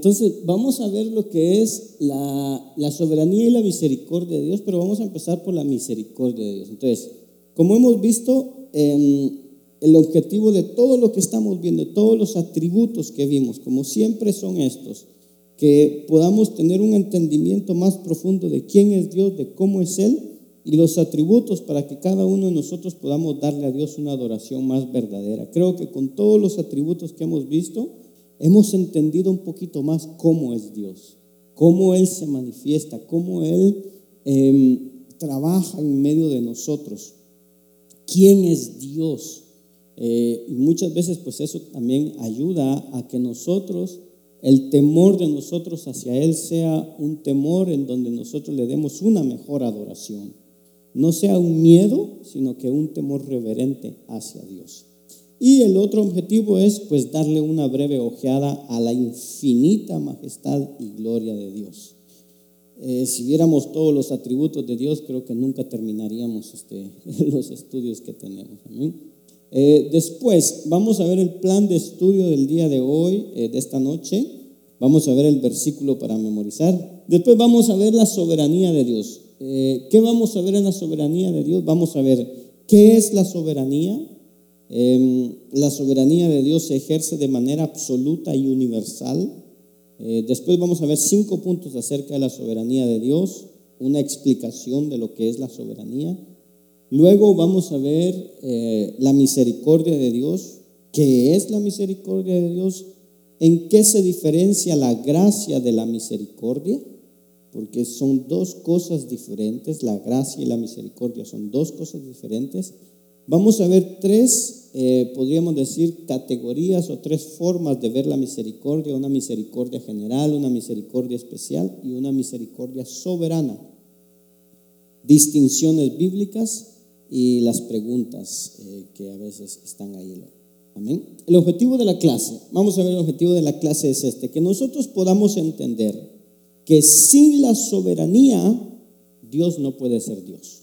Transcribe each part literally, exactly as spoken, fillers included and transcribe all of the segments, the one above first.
entonces vamos a ver lo que es la, la soberanía y la misericordia de Dios, pero vamos a empezar por la misericordia de Dios. Entonces, como hemos visto, eh, el objetivo de todo lo que estamos viendo, todos los atributos que vimos, como siempre son estos, que podamos tener un entendimiento más profundo de quién es Dios, de cómo es Él, y los atributos para que cada uno de nosotros podamos darle a Dios una adoración más verdadera. Creo que con todos los atributos que hemos visto, hemos entendido un poquito más cómo es Dios, cómo Él se manifiesta, cómo Él eh, trabaja en medio de nosotros, quién es Dios. Eh, y muchas veces pues eso también ayuda a que nosotros, el temor de nosotros hacia Él sea un temor en donde nosotros le demos una mejor adoración. No sea un miedo, sino que un temor reverente hacia Dios. Y el otro objetivo es pues darle una breve ojeada a la infinita majestad y gloria de Dios. Eh, si viéramos todos los atributos de Dios, creo que nunca terminaríamos este, los estudios que tenemos. Amén. Eh, después vamos a ver el plan de estudio del día de hoy, eh, de esta noche. Vamos a ver el versículo para memorizar. Después vamos a ver la soberanía de Dios. Eh, ¿Qué vamos a ver en la soberanía de Dios? Vamos a ver qué es la soberanía. Eh, la soberanía de Dios se ejerce de manera absoluta y universal. Eh, después vamos a ver cinco puntos acerca de la soberanía de Dios, una explicación de lo que es la soberanía. Luego vamos a ver eh, la misericordia de Dios. ¿Qué es la misericordia de Dios? ¿En qué se diferencia la gracia de la misericordia? Porque son dos cosas diferentes, la gracia y la misericordia son dos cosas diferentes. Vamos a ver tres, eh, podríamos decir, categorías o tres formas de ver la misericordia: una misericordia general, una misericordia especial y una misericordia soberana. Distinciones bíblicas y las preguntas eh, que a veces están ahí. Amén. El objetivo de la clase, vamos a ver el objetivo de la clase es este: que nosotros podamos entender que sin la soberanía Dios no puede ser Dios.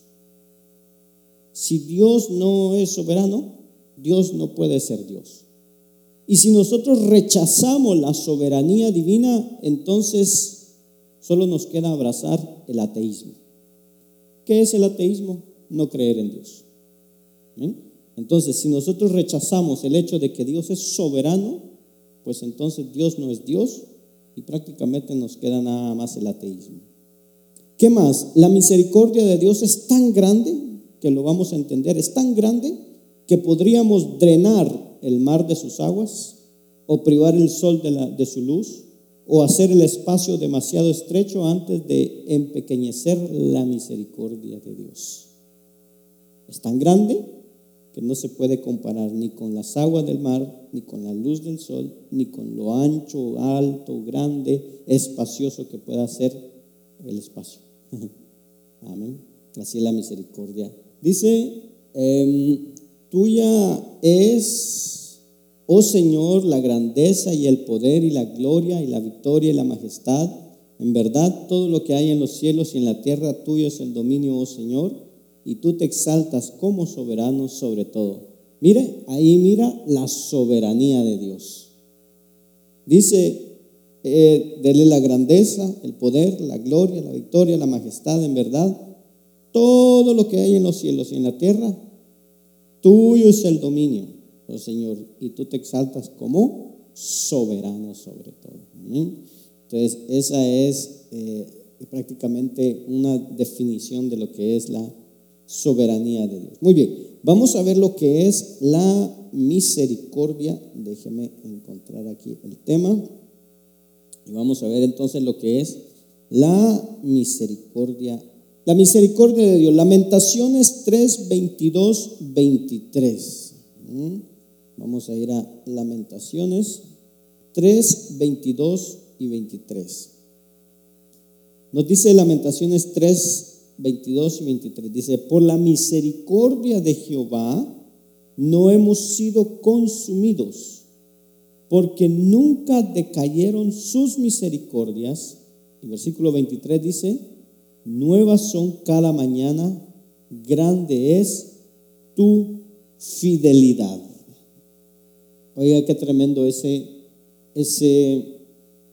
Si Dios no es soberano, Dios no puede ser Dios. Y si nosotros rechazamos la soberanía divina, entonces solo nos queda abrazar el ateísmo. ¿Qué es el ateísmo? No creer en Dios. ¿Bien? Entonces, si nosotros rechazamos el hecho de que Dios es soberano, pues entonces Dios no es Dios y prácticamente nos queda nada más el ateísmo. ¿Qué más? La misericordia de Dios es tan grande que lo vamos a entender, es tan grande que podríamos drenar el mar de sus aguas, o privar el sol de, la, de su luz, o hacer el espacio demasiado estrecho antes de empequeñecer la misericordia de Dios. Es tan grande que no se puede comparar ni con las aguas del mar, ni con la luz del sol, ni con lo ancho, alto, grande, espacioso que pueda ser el espacio. Amén. Así es la misericordia. Dice, eh, tuya es, oh Señor, la grandeza y el poder y la gloria y la victoria y la majestad. En verdad, todo lo que hay en los cielos y en la tierra, tuyo es el dominio, oh Señor, y tú te exaltas como soberano sobre todo. Mire, ahí mira la soberanía de Dios. Dice, eh, dele la grandeza, el poder, la gloria, la victoria, la majestad, en verdad. Todo lo que hay en los cielos y en la tierra, tuyo es el dominio, oh Señor, y tú te exaltas como soberano sobre todo. ¿Amén? Entonces, esa es eh, prácticamente una definición de lo que es la soberanía de Dios. Muy bien, vamos a ver lo que es la misericordia. Déjeme encontrar aquí el tema. Y vamos a ver entonces lo que es la misericordia. La misericordia de Dios. Lamentaciones tres, veintidós, veintitrés. Vamos a ir a Lamentaciones tres, veintidós y veintitrés. Nos dice Lamentaciones tres, veintidós y veintitrés. Dice, por la misericordia de Jehová no hemos sido consumidos, porque nunca decayeron sus misericordias. El versículo veintitrés dice, nuevas son cada mañana, grande es tu fidelidad. Oiga, qué tremendo ese, ese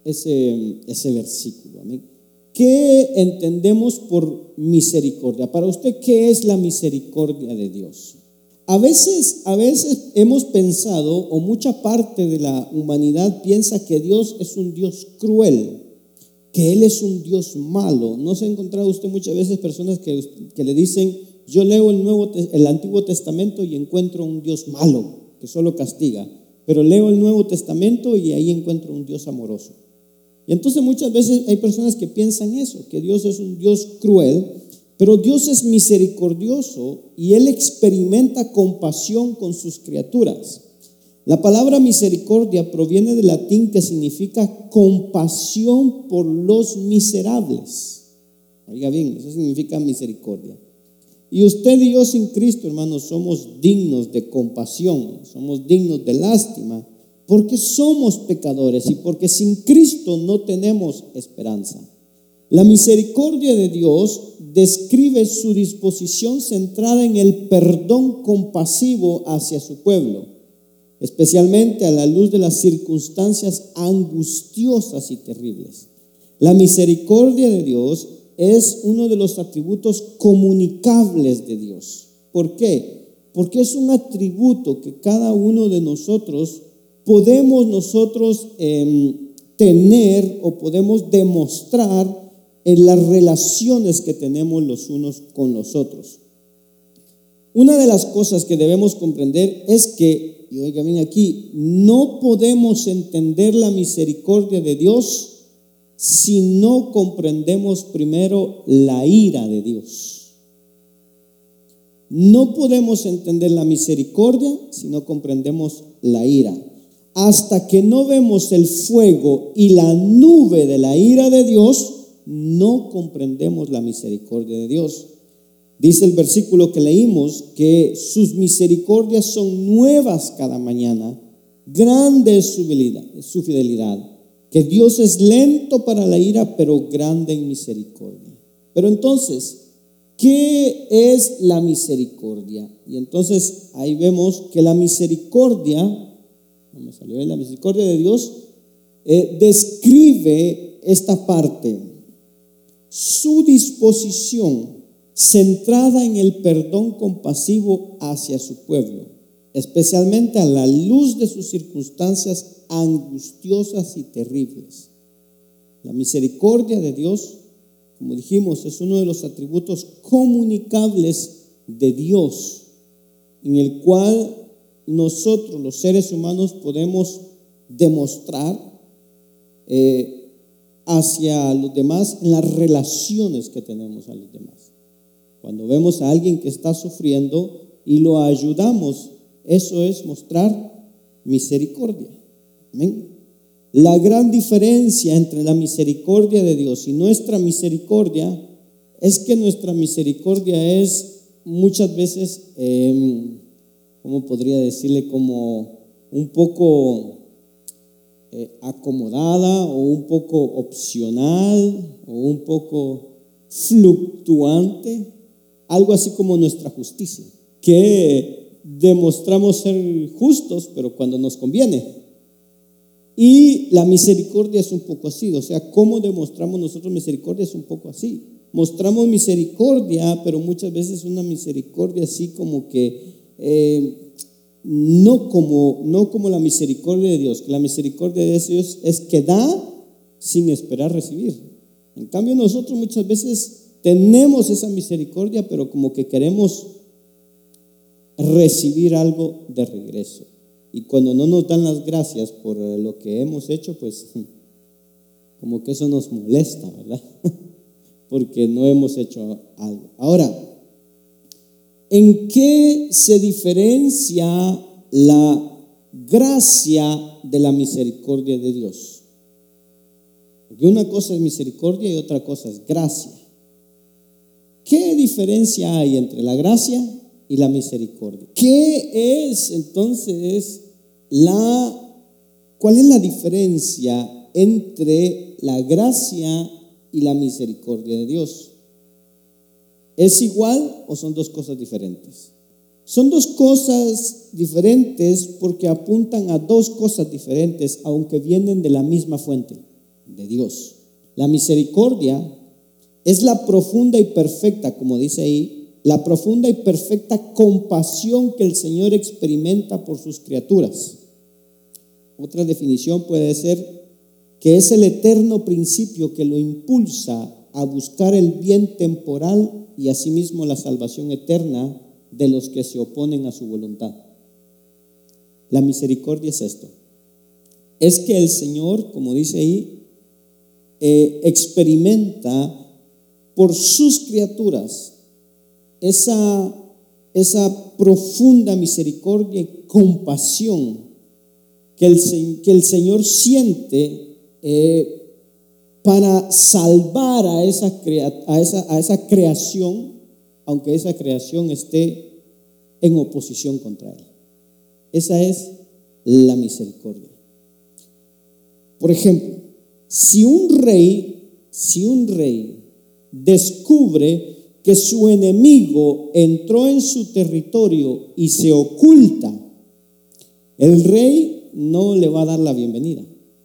ese, ese versículo. Amén. ¿Qué entendemos por misericordia? Para usted, ¿qué es la misericordia de Dios? A veces, a veces hemos pensado, o mucha parte de la humanidad piensa que Dios es un Dios cruel, que Él es un Dios malo. ¿No se ha encontrado usted muchas veces personas que, que le dicen, yo leo el, Nuevo, el Antiguo Testamento y encuentro un Dios malo, que solo castiga, pero leo el Nuevo Testamento y ahí encuentro un Dios amoroso? Y entonces muchas veces hay personas que piensan eso, que Dios es un Dios cruel, pero Dios es misericordioso y Él experimenta compasión con sus criaturas. La palabra misericordia proviene del latín que significa compasión por los miserables. Oiga bien, eso significa misericordia. Y usted y yo sin Cristo, hermanos, somos dignos de compasión, somos dignos de lástima, porque somos pecadores y porque sin Cristo no tenemos esperanza. La misericordia de Dios describe su disposición centrada en el perdón compasivo hacia su pueblo, especialmente a la luz de las circunstancias angustiosas y terribles. La misericordia de Dios es uno de los atributos comunicables de Dios. ¿Por qué? Porque es un atributo que cada uno de nosotros podemos nosotros eh, tener o podemos demostrar en las relaciones que tenemos los unos con los otros. Una de las cosas que debemos comprender es que, y oigan bien aquí, no podemos entender la misericordia de Dios si no comprendemos primero la ira de Dios. No podemos entender la misericordia si no comprendemos la ira. Hasta que no vemos el fuego y la nube de la ira de Dios, no comprendemos la misericordia de Dios. Dice el versículo que leímos que sus misericordias son nuevas cada mañana, grande es su fidelidad, su fidelidad, que Dios es lento para la ira, pero grande en misericordia. Pero entonces, ¿qué es la misericordia? Y entonces ahí vemos que la misericordia, no me salió bien, la misericordia de Dios eh, describe esta parte, su disposición centrada en el perdón compasivo hacia su pueblo, especialmente a la luz de sus circunstancias angustiosas y terribles. La misericordia de Dios, como dijimos, es uno de los atributos comunicables de Dios, en el cual nosotros, los seres humanos, podemos demostrar eh, hacia los demás en las relaciones que tenemos a los demás. Cuando vemos a alguien que está sufriendo y lo ayudamos, eso es mostrar misericordia. Amén. La gran diferencia entre la misericordia de Dios y nuestra misericordia es que nuestra misericordia es muchas veces, eh, ¿cómo podría decirle? Como un poco eh, acomodada o un poco opcional o un poco fluctuante, algo así como nuestra justicia, que demostramos ser justos, pero cuando nos conviene. Y la misericordia es un poco así, o sea, ¿cómo demostramos nosotros misericordia? Es un poco así. Mostramos misericordia, pero muchas veces una misericordia así como que eh, no, como, no como la misericordia de Dios, que la misericordia de Dios es que da sin esperar recibir. En cambio nosotros muchas veces tenemos esa misericordia, pero como que queremos recibir algo de regreso. Y cuando no nos dan las gracias por lo que hemos hecho, pues como que eso nos molesta, ¿verdad? Porque no hemos hecho algo. Ahora, ¿en qué se diferencia la gracia de la misericordia de Dios? Porque una cosa es misericordia y otra cosa es gracia. ¿Qué diferencia hay entre la gracia y la misericordia? ¿Qué es entonces la, cuál es la diferencia entre la gracia y la misericordia de Dios? ¿Es igual o son dos cosas diferentes? Son dos cosas diferentes porque apuntan a dos cosas diferentes, aunque vienen de la misma fuente. de Dios. La misericordia es la profunda y perfecta, como dice ahí, la profunda y perfecta compasión que el Señor experimenta por sus criaturas. Otra definición puede ser que es el eterno principio que lo impulsa a buscar el bien temporal y asimismo la salvación eterna de los que se oponen a su voluntad. La misericordia es esto: es que el Señor, como dice ahí, eh, experimenta por sus criaturas esa, esa profunda misericordia y compasión que el, que el Señor siente eh, para salvar a esa, a, esa, a esa creación, aunque esa creación esté en oposición contra Él. Esa es la misericordia. Por ejemplo, si un rey, si un rey descubre que su enemigo entró en su territorio y se oculta, el rey no le va a dar la bienvenida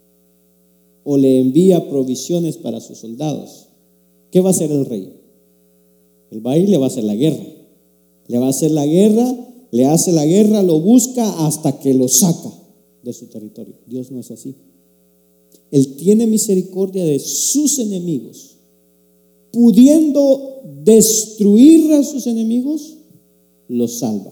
o le envía provisiones para sus soldados. ¿Qué va a hacer el rey? Él va a ir y le va a hacer la guerra. Le va a hacer la guerra, le hace la guerra, lo busca hasta que lo saca de su territorio. Dios no es así. Él tiene misericordia de sus enemigos, pudiendo destruir a sus enemigos, los salva.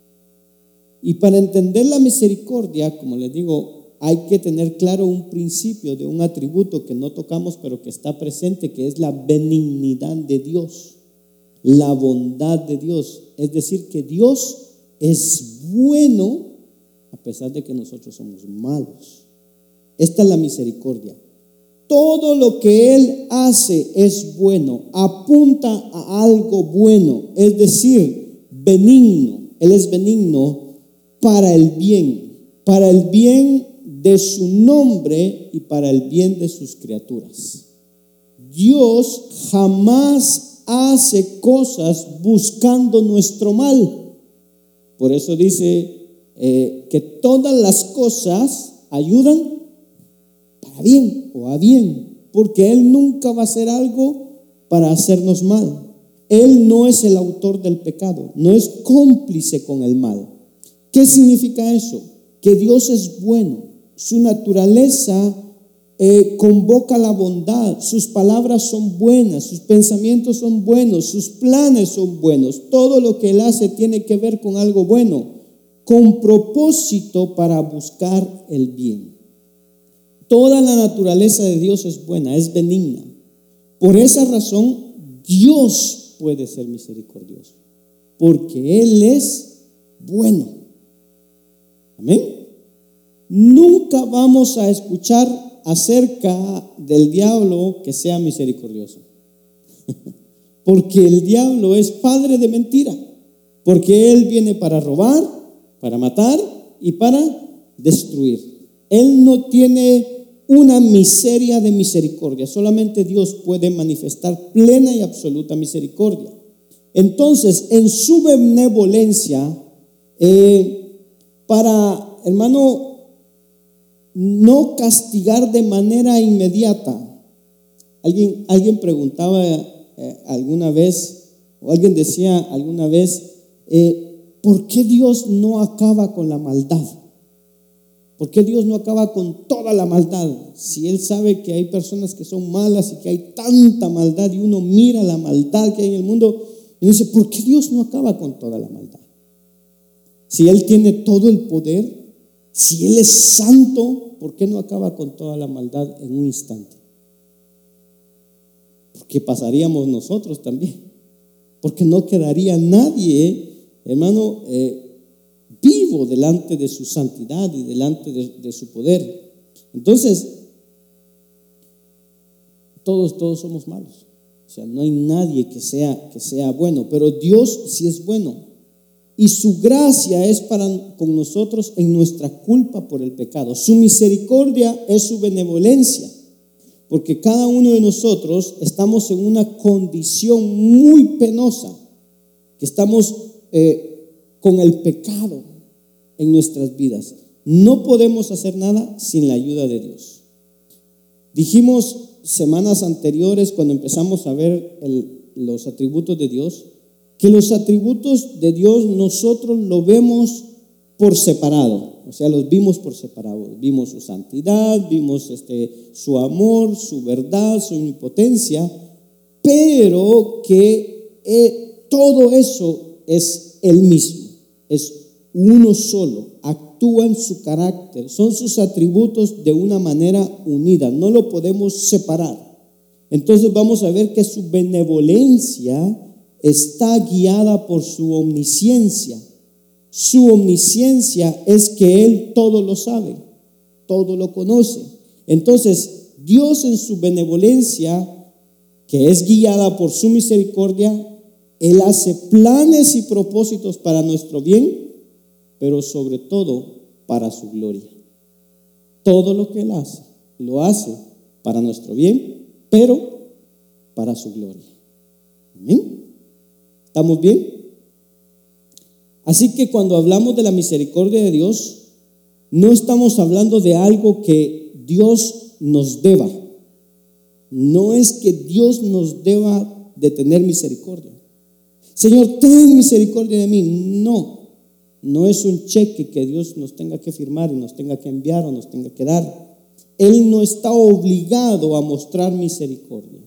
Y para entender la misericordia, como les digo, hay que tener claro un principio de un atributo que no tocamos, pero que está presente, que es la benignidad de Dios, la bondad de Dios. Es decir, que Dios es bueno a pesar de que nosotros somos malos. Esta es la misericordia. Todo lo que Él hace es bueno, apunta a algo bueno, es decir, benigno. Él es benigno para el bien, para el bien de su nombre y para el bien de sus criaturas. Dios jamás hace cosas buscando nuestro mal. Por eso dice eh, que todas las cosas ayudan para bien o a bien, porque Él nunca va a hacer algo para hacernos mal. Él no es el autor del pecado, no es cómplice con el mal. ¿Qué significa eso? Que Dios es bueno, su naturaleza eh, convoca la bondad, sus palabras son buenas, sus pensamientos son buenos, sus planes son buenos. Todo lo que Él hace tiene que ver con algo bueno, con propósito para buscar el bien. Toda la naturaleza de Dios es buena, es benigna. Por esa razón, Dios puede ser misericordioso, porque Él es bueno. Amén. Nunca vamos a escuchar acerca del diablo que sea misericordioso, porque el diablo es padre de mentira, porque él viene para robar, para matar y para destruir. Él no tiene una miseria de misericordia. Solamente Dios puede manifestar plena y absoluta misericordia. Entonces, en su benevolencia, eh, para, hermano, no castigar de manera inmediata. Alguien, alguien preguntaba eh, alguna vez, o alguien decía alguna vez, eh, ¿por qué Dios no acaba con la maldad? ¿Por qué Dios no acaba con toda la maldad? Si Él sabe que hay personas que son malas y que hay tanta maldad, y uno mira la maldad que hay en el mundo y dice, ¿por qué Dios no acaba con toda la maldad? Si Él tiene todo el poder, si Él es santo, ¿por qué no acaba con toda la maldad en un instante? Porque pasaríamos nosotros también, porque no quedaría nadie, hermano, eh, vivo delante de su santidad y delante de, de su poder. Entonces, todos, todos somos malos. O sea, no hay nadie que sea, que sea bueno, pero Dios sí es bueno. Y su gracia es para con nosotros en nuestra culpa por el pecado. Su misericordia es su benevolencia, porque cada uno de nosotros estamos en una condición muy penosa, que estamos eh, con el pecado en nuestras vidas. No podemos hacer nada sin la ayuda de Dios. Dijimos semanas anteriores, cuando empezamos a ver el, los atributos de Dios, que los atributos de Dios nosotros lo vemos por separado, o sea, los vimos por separado. Vimos su santidad, vimos este, su amor, su verdad, su omnipotencia, pero que eh, todo eso es Él mismo, es uno solo, actúa en su carácter, son sus atributos de una manera unida, no lo podemos separar. Entonces vamos a ver que su benevolencia está guiada por su omnisciencia. Su omnisciencia es que Él todo lo sabe, todo lo conoce. Entonces, Dios en su benevolencia, que es guiada por su misericordia, Él hace planes y propósitos para nuestro bien, pero sobre todo para su gloria. Todo lo que Él hace, lo hace para nuestro bien, pero para su gloria. ¿Amén? ¿Estamos bien? Así que cuando hablamos de la misericordia de Dios, no estamos hablando de algo que Dios nos deba. No es que Dios nos deba de tener misericordia. Señor, ten misericordia de mí. No, no es un cheque que Dios nos tenga que firmar y nos tenga que enviar o nos tenga que dar. Él no está obligado a mostrar misericordia.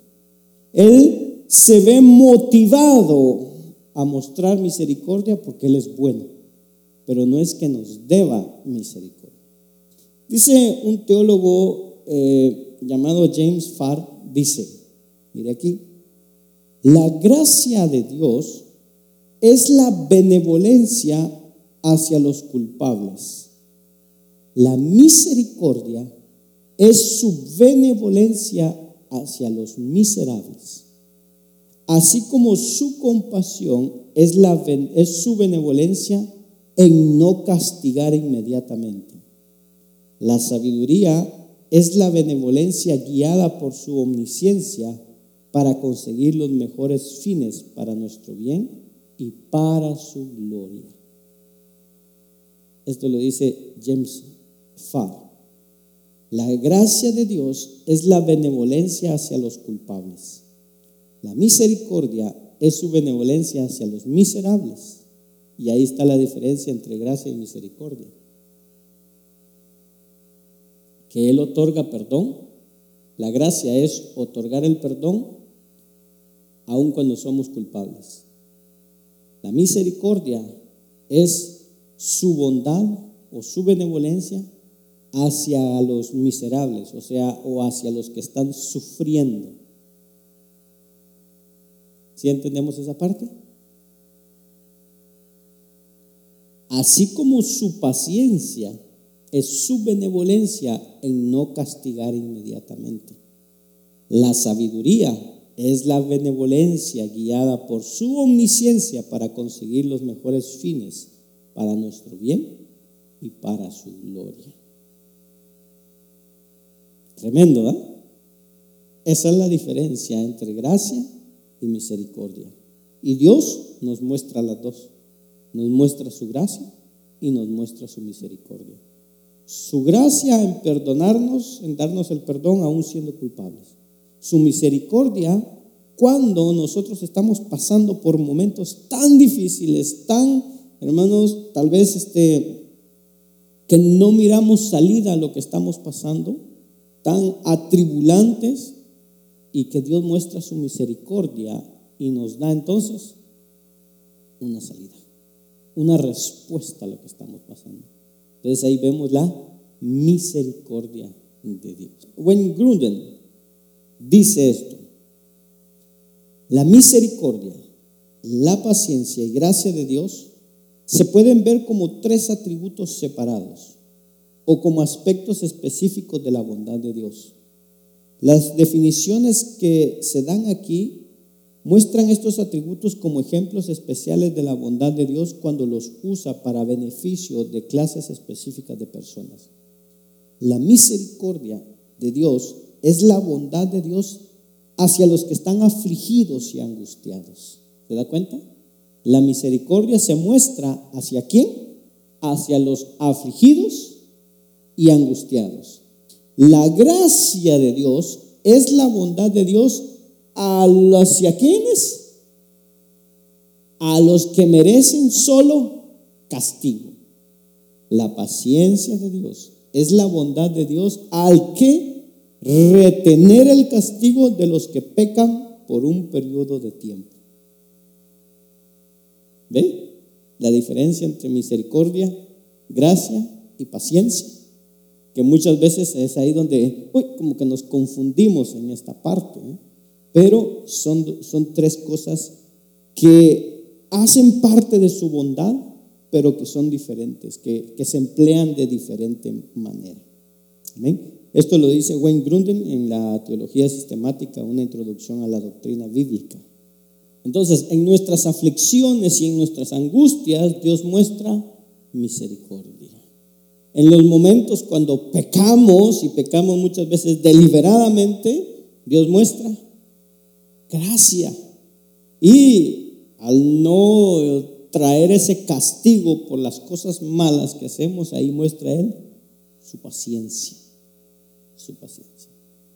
Él se ve motivado a mostrar misericordia porque Él es bueno, pero no es que nos deba misericordia. Dice un teólogo eh, llamado James Farr, dice, mire aquí, la gracia de Dios es la benevolencia hacia los culpables. La misericordia es su benevolencia hacia los miserables. Así como su compasión es, la, es su benevolencia en no castigar inmediatamente. La sabiduría es la benevolencia guiada por su omnisciencia para conseguir los mejores fines para nuestro bien y para su gloria. Esto lo dice James Farr. La gracia de Dios es la benevolencia hacia los culpables. La misericordia es su benevolencia hacia los miserables. Y ahí está la diferencia entre gracia y misericordia. Que Él otorga perdón. La gracia es otorgar el perdón aun cuando somos culpables. La misericordia es su bondad o su benevolencia hacia los miserables, o sea, o hacia los que están sufriendo. ¿Sí entendemos esa parte? Así como su paciencia es su benevolencia en no castigar inmediatamente. La sabiduría es la benevolencia guiada por su omnisciencia para conseguir los mejores fines para nuestro bien y para su gloria. Tremendo, ¿eh? Esa es la diferencia entre gracia y misericordia. Y Dios nos muestra las dos. Nos muestra su gracia y nos muestra su misericordia. Su gracia en perdonarnos, en darnos el perdón aún siendo culpables. Su misericordia cuando nosotros estamos pasando por momentos tan difíciles, tan, hermanos, tal vez este, que no miramos salida a lo que estamos pasando, tan atribulantes, y que Dios muestra su misericordia y nos da entonces una salida, una respuesta a lo que estamos pasando. Entonces ahí vemos la misericordia de Dios. Wayne Grudem dice esto: la misericordia, la paciencia y gracia de Dios se pueden ver como tres atributos separados o como aspectos específicos de la bondad de Dios. Las definiciones que se dan aquí muestran estos atributos como ejemplos especiales de la bondad de Dios cuando los usa para beneficio de clases específicas de personas. La misericordia de Dios es la bondad de Dios hacia los que están afligidos y angustiados. ¿Se da cuenta? La misericordia se muestra ¿hacia quién? Hacia los afligidos y angustiados. La gracia de Dios es la bondad de Dios hacia quienes, a los que merecen solo castigo. La paciencia de Dios es la bondad de Dios al que retener el castigo de los que pecan por un periodo de tiempo. ¿Ve la diferencia entre misericordia, gracia y paciencia? Que muchas veces es ahí donde uy, como que nos confundimos en esta parte, ¿eh? Pero son, son tres cosas que hacen parte de su bondad, pero que son diferentes, que, que se emplean de diferente manera. ¿Amén? Esto lo dice Wayne Grudem en la Teología Sistemática, una introducción a la doctrina bíblica. Entonces, en nuestras aflicciones y en nuestras angustias, Dios muestra misericordia. En los momentos cuando pecamos, y pecamos muchas veces deliberadamente, Dios muestra gracia. Y al no traer ese castigo por las cosas malas que hacemos, ahí muestra Él su paciencia. Su paciencia.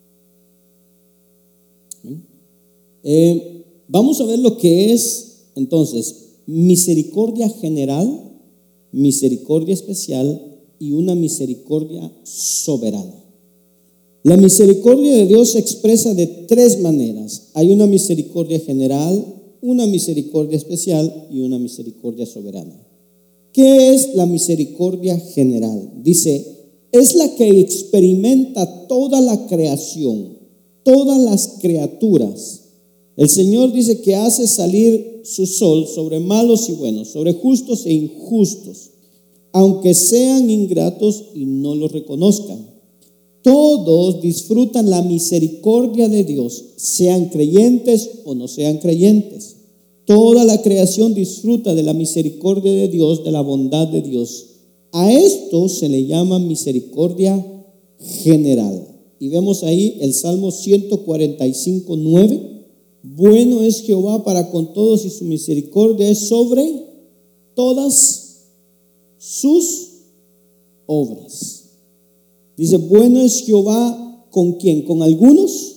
Eh, vamos a ver lo que es entonces misericordia general, misericordia especial y una misericordia soberana. La misericordia de Dios se expresa de tres maneras. Hay una misericordia general, una misericordia especial y una misericordia soberana. ¿Qué es la misericordia general? Dice, es la que experimenta toda la creación, todas las criaturas. El Señor dice que hace salir su sol sobre malos y buenos, sobre justos e injustos, aunque sean ingratos y no lo reconozcan. Todos disfrutan la misericordia de Dios, sean creyentes o no sean creyentes. Toda la creación disfruta de la misericordia de Dios, de la bondad de Dios. A esto se le llama misericordia general. Y vemos ahí el Salmo ciento cuarenta y cinco, nueve. Bueno es Jehová para con todos y su misericordia es sobre todas sus obras. Dice, bueno es Jehová con quién, con algunos,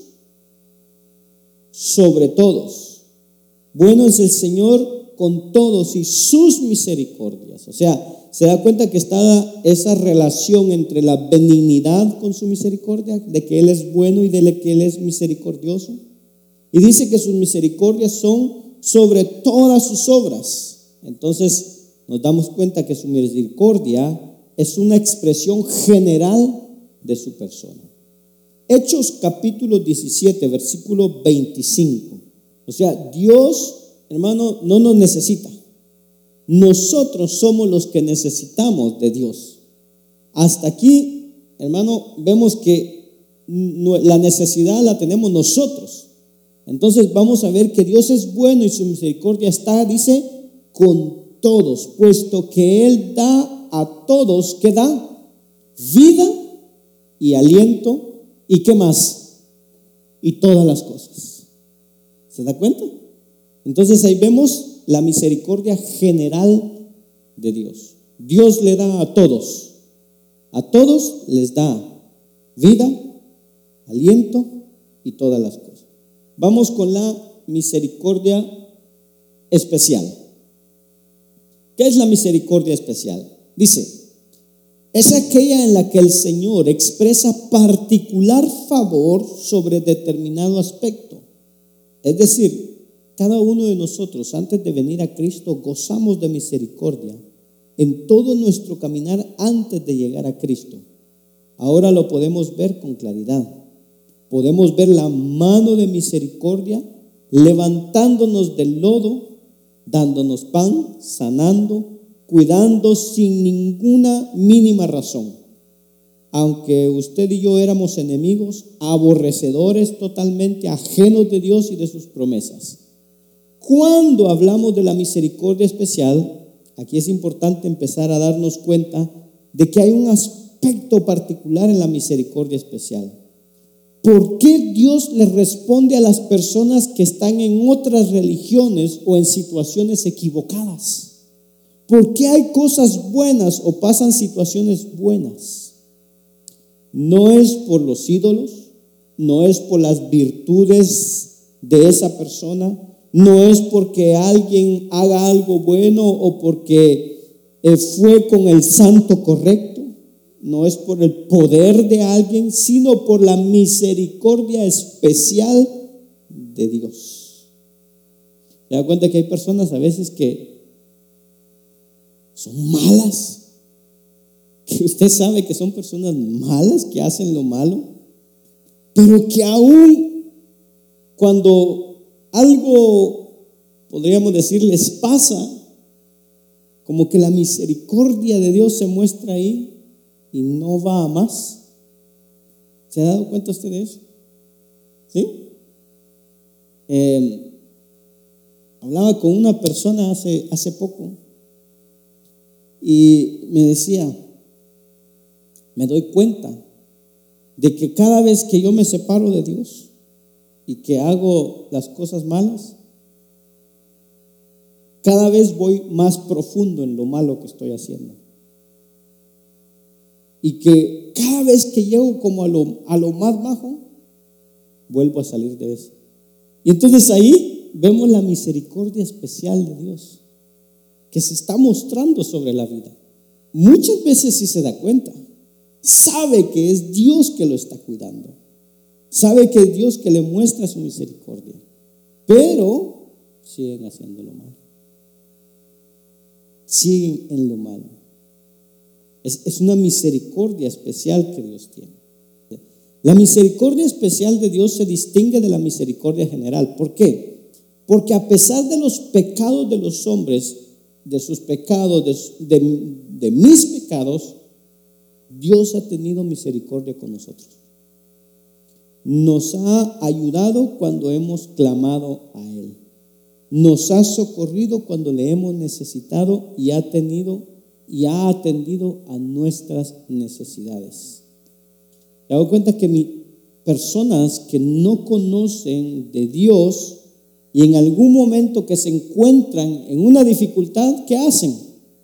sobre todos. Bueno es el Señor con todos y sus misericordias. O sea, se da cuenta que está esa relación entre la benignidad con su misericordia, de que Él es bueno y de que Él es misericordioso. Y dice que sus misericordias son sobre todas sus obras. Entonces nos damos cuenta que su misericordia es una expresión general de su persona. Hechos capítulo diecisiete, versículo veinticinco. O sea, Dios, hermano, no nos necesita. Nosotros somos los que necesitamos de Dios. Hasta aquí, hermano, vemos que la necesidad la tenemos nosotros. Entonces vamos a ver que Dios es bueno y su misericordia está, dice, con todos, puesto que Él da a todos, ¿qué da? Vida y aliento y ¿qué más? Y todas las cosas. ¿Se da cuenta? Entonces ahí vemos la misericordia general de Dios. Dios le da a todos, a todos les da vida, aliento y todas las cosas. Vamos con la misericordia especial. ¿Qué es la misericordia especial? Dice, es aquella en la que el Señor expresa particular favor sobre determinado aspecto. Es decir, cada uno de nosotros antes de venir a Cristo gozamos de misericordia en todo nuestro caminar antes de llegar a Cristo. Ahora lo podemos ver con claridad. Podemos ver la mano de misericordia levantándonos del lodo, dándonos pan, sanando, cuidando sin ninguna mínima razón. Aunque usted y yo éramos enemigos, aborrecedores totalmente, ajenos de Dios y de sus promesas. Cuando hablamos de la misericordia especial, aquí es importante empezar a darnos cuenta de que hay un aspecto particular en la misericordia especial. ¿Por qué Dios le responde a las personas que están en otras religiones o en situaciones equivocadas? ¿Por qué hay cosas buenas o pasan situaciones buenas? no es por los ídolos, no es por las virtudes de esa persona, no es porque alguien haga algo bueno o porque eh, fue con el santo correcto, no es por el poder de alguien, sino por la misericordia especial de Dios. ¿Se da cuenta que hay personas a veces que son malas? Que usted sabe que son personas malas, que hacen lo malo, pero que aún cuando algo, podríamos decir, les pasa, como que la misericordia de Dios se muestra ahí y no va a más. ¿Se ha dado cuenta usted de eso? ¿Sí? Eh, hablaba con una persona hace, hace poco y me decía, me doy cuenta de que cada vez que yo me separo de Dios y que hago las cosas malas, cada vez voy más profundo en lo malo que estoy haciendo. Y que cada vez que llego como a lo, a lo más bajo, vuelvo a salir de eso. Y entonces ahí vemos la misericordia especial de Dios que se está mostrando sobre la vida. Muchas veces sí se da cuenta, sabe que es Dios que lo está cuidando, sabe que es Dios que le muestra su misericordia, pero siguen haciendo lo malo, siguen en lo malo. Es, es una misericordia especial que Dios tiene. La misericordia especial de Dios se distingue de la misericordia general. ¿Por qué? Porque a pesar de los pecados de los hombres, de sus pecados, de, de, de mis pecados, Dios ha tenido misericordia con nosotros. Nos ha ayudado cuando hemos clamado a Él. Nos ha socorrido cuando le hemos necesitado y ha tenido y ha atendido a nuestras necesidades. Me doy cuenta que mi, personas que no conocen de Dios y en algún momento que se encuentran en una dificultad, ¿qué hacen?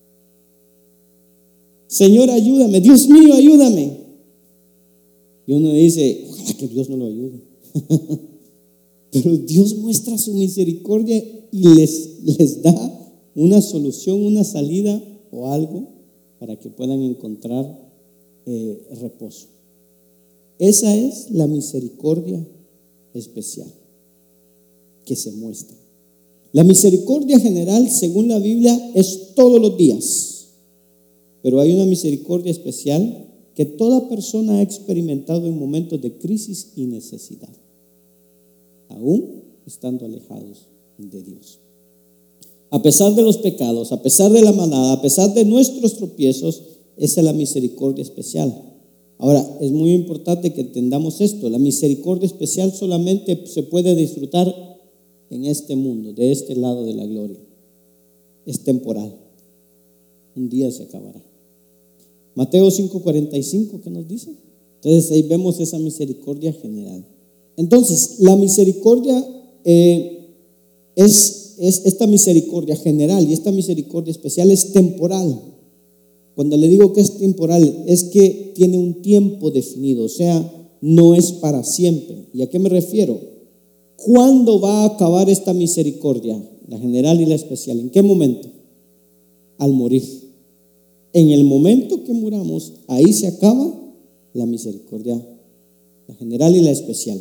Señor, ayúdame, Dios mío, ayúdame. Y uno dice, ojalá que Dios no lo ayude. Pero Dios muestra su misericordia y les, les da una solución, una salida o algo para que puedan encontrar eh, reposo. Esa es la misericordia especial que se muestra. La misericordia general, según la Biblia, es todos los días, pero hay una misericordia especial que toda persona ha experimentado en momentos de crisis y necesidad, aún estando alejados de Dios. A pesar de los pecados, a pesar de la maldad, a pesar de nuestros tropiezos, esa es la misericordia especial. Ahora, es muy importante que entendamos esto. La misericordia especial solamente se puede disfrutar en este mundo, de este lado de la gloria. Es temporal. Un día se acabará. Mateo cinco cuarenta y cinco, ¿qué nos dice? Entonces ahí vemos esa misericordia general. Entonces, la misericordia eh, es, es esta misericordia general y esta misericordia especial es temporal. Cuando le digo que es temporal, es que tiene un tiempo definido, o sea, no es para siempre. ¿Y a qué me refiero? ¿Cuándo va a acabar esta misericordia, la general y la especial? ¿En qué momento? Al morir. En el momento que muramos, ahí se acaba la misericordia, la general y la especial.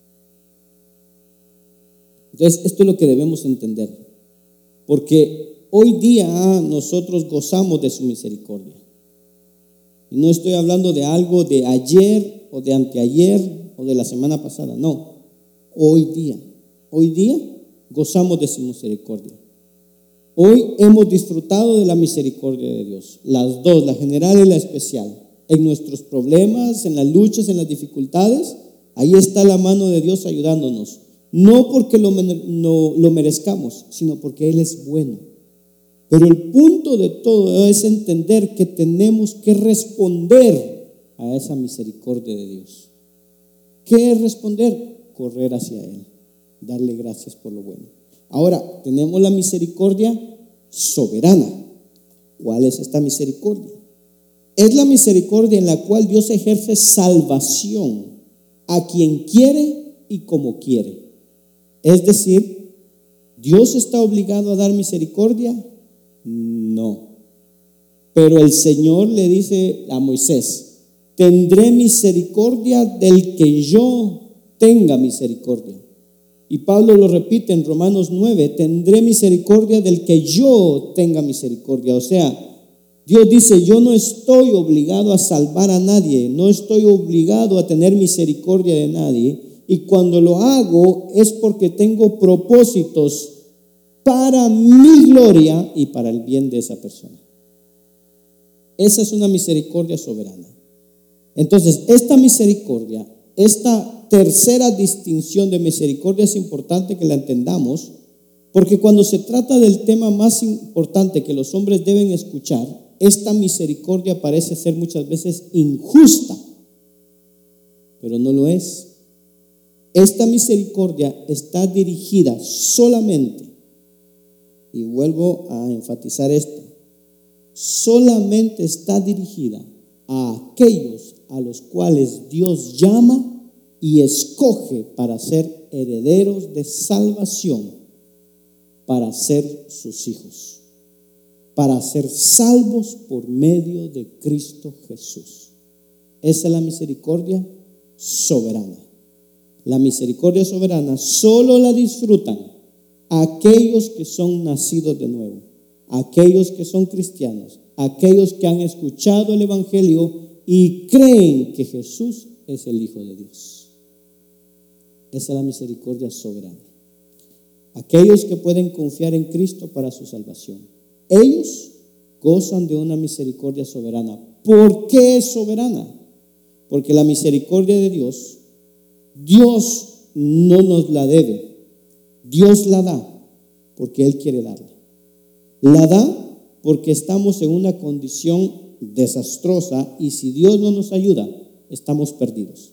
Entonces, esto es lo que debemos entender, porque hoy día nosotros gozamos de su misericordia. Y no estoy hablando de algo de ayer o de anteayer o de la semana pasada, no. Hoy día, hoy día gozamos de su misericordia. Hoy hemos disfrutado de la misericordia de Dios, las dos, la general y la especial. En nuestros problemas, en las luchas, en las dificultades, ahí está la mano de Dios ayudándonos. No porque lo, no, lo merezcamos, sino porque Él es bueno. Pero el punto de todo es entender que tenemos que responder a esa misericordia de Dios. ¿Qué es responder? Correr hacia Él, darle gracias por lo bueno. Ahora, tenemos la misericordia soberana. ¿Cuál es esta misericordia? Es la misericordia en la cual Dios ejerce salvación a quien quiere y como quiere. Es decir, ¿Dios está obligado a dar misericordia? No. Pero el Señor le dice a Moisés: tendré misericordia del que yo tenga misericordia. Y Pablo lo repite en Romanos nueve: tendré misericordia del que yo tenga misericordia. O sea, Dios dice: yo no estoy obligado a salvar a nadie, no estoy obligado a tener misericordia de nadie, y cuando lo hago es porque tengo propósitos para mi gloria y para el bien de esa persona. Esa es una misericordia soberana. Entonces, esta misericordia, esta tercera distinción de misericordia, es importante que la entendamos, porque cuando se trata del tema más importante que los hombres deben escuchar, esta misericordia parece ser muchas veces injusta, pero no lo es. Esta misericordia está dirigida solamente, y vuelvo a enfatizar esto, solamente está dirigida a aquellos a los cuales Dios llama y escoge para ser herederos de salvación, para ser sus hijos, para ser salvos por medio de Cristo Jesús. Esa es la misericordia soberana. La misericordia soberana solo la disfrutan aquellos que son nacidos de nuevo, aquellos que son cristianos, aquellos que han escuchado el Evangelio y creen que Jesús es el Hijo de Dios. Esa es la misericordia soberana. Aquellos que pueden confiar en Cristo para su salvación, ellos gozan de una misericordia soberana. ¿Por qué es soberana? Porque la misericordia de Dios, Dios no nos la debe, Dios la da porque Él quiere darla. La da porque estamos en una condición desastrosa y si Dios no nos ayuda, estamos perdidos.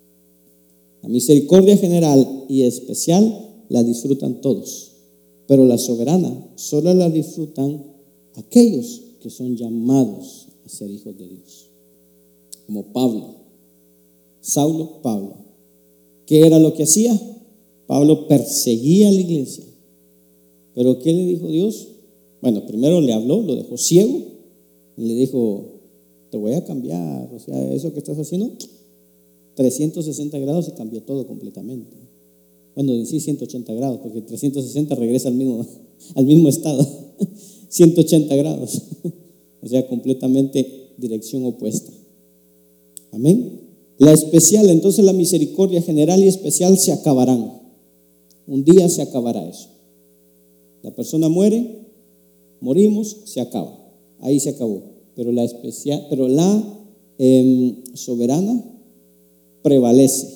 La misericordia general y especial la disfrutan todos, pero la soberana solo la disfrutan aquellos que son llamados a ser hijos de Dios. Como Pablo, Saulo, Pablo. ¿Qué era lo que hacía? Pablo perseguía a la iglesia. ¿Pero qué le dijo Dios? Bueno, primero le habló, lo dejó ciego y le dijo: te voy a cambiar, o sea, eso que estás haciendo, trescientos sesenta grados y cambió todo completamente. Bueno, en sí ciento ochenta grados, porque trescientos sesenta regresa al mismo, al mismo estado, ciento ochenta grados, o sea, completamente dirección opuesta. Amén. La especial, entonces la misericordia general y especial se acabarán. Un día se acabará eso. La persona muere, morimos, se acaba. Ahí se acabó. Pero la especial, pero la eh, soberana prevalece.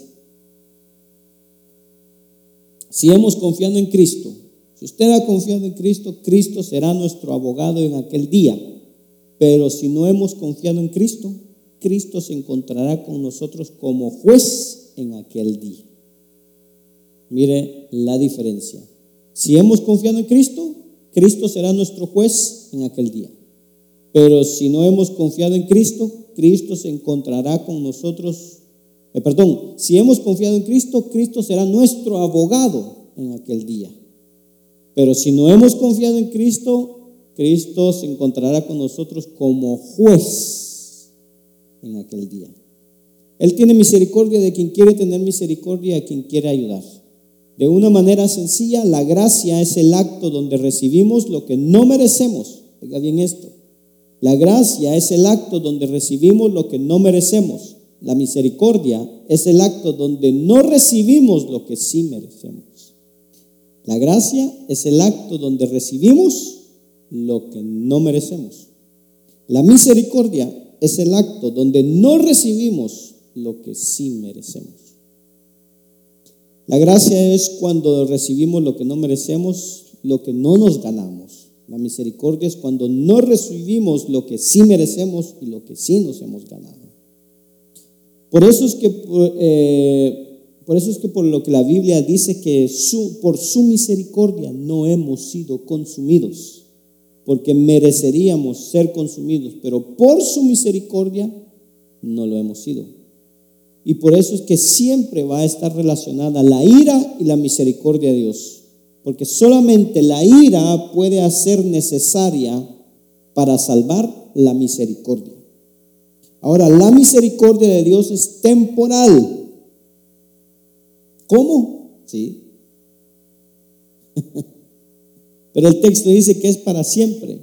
Si hemos confiado en Cristo, si usted ha confiado en Cristo, Cristo será nuestro abogado en aquel día. Pero si no hemos confiado en Cristo, Cristo se encontrará con nosotros como juez en aquel día. Mire la diferencia. Si hemos confiado en Cristo, Cristo será nuestro juez en aquel día. Pero si no hemos confiado en Cristo, Cristo se encontrará con nosotros. Eh, perdón, si hemos confiado en Cristo, Cristo será nuestro abogado en aquel día. Pero si no hemos confiado en Cristo, Cristo se encontrará con nosotros como juez en aquel día. Él tiene misericordia de quien quiere tener misericordia y a quien quiere ayudar. De una manera sencilla, la gracia es el acto donde recibimos lo que no merecemos. Oiga bien esto. La gracia es el acto donde recibimos lo que no merecemos. La misericordia es el acto donde no recibimos lo que sí merecemos. La gracia es el acto donde recibimos lo que no merecemos. La misericordia es el acto donde no recibimos lo que sí merecemos. La gracia es cuando recibimos lo que no merecemos, lo que no nos ganamos. La misericordia es cuando no recibimos lo que sí merecemos y lo que sí nos hemos ganado. Por eso es que, eh, por eso es que por lo que la Biblia dice que su, por su misericordia no hemos sido consumidos. porque mereceríamos ser consumidos, pero por su misericordia no lo hemos sido. Y por eso es que siempre va a estar relacionada la ira y la misericordia de Dios, porque solamente la ira puede hacer necesaria para salvar la misericordia. Ahora, la misericordia de Dios es temporal. ¿Cómo? Sí. Pero el texto dice que es para siempre.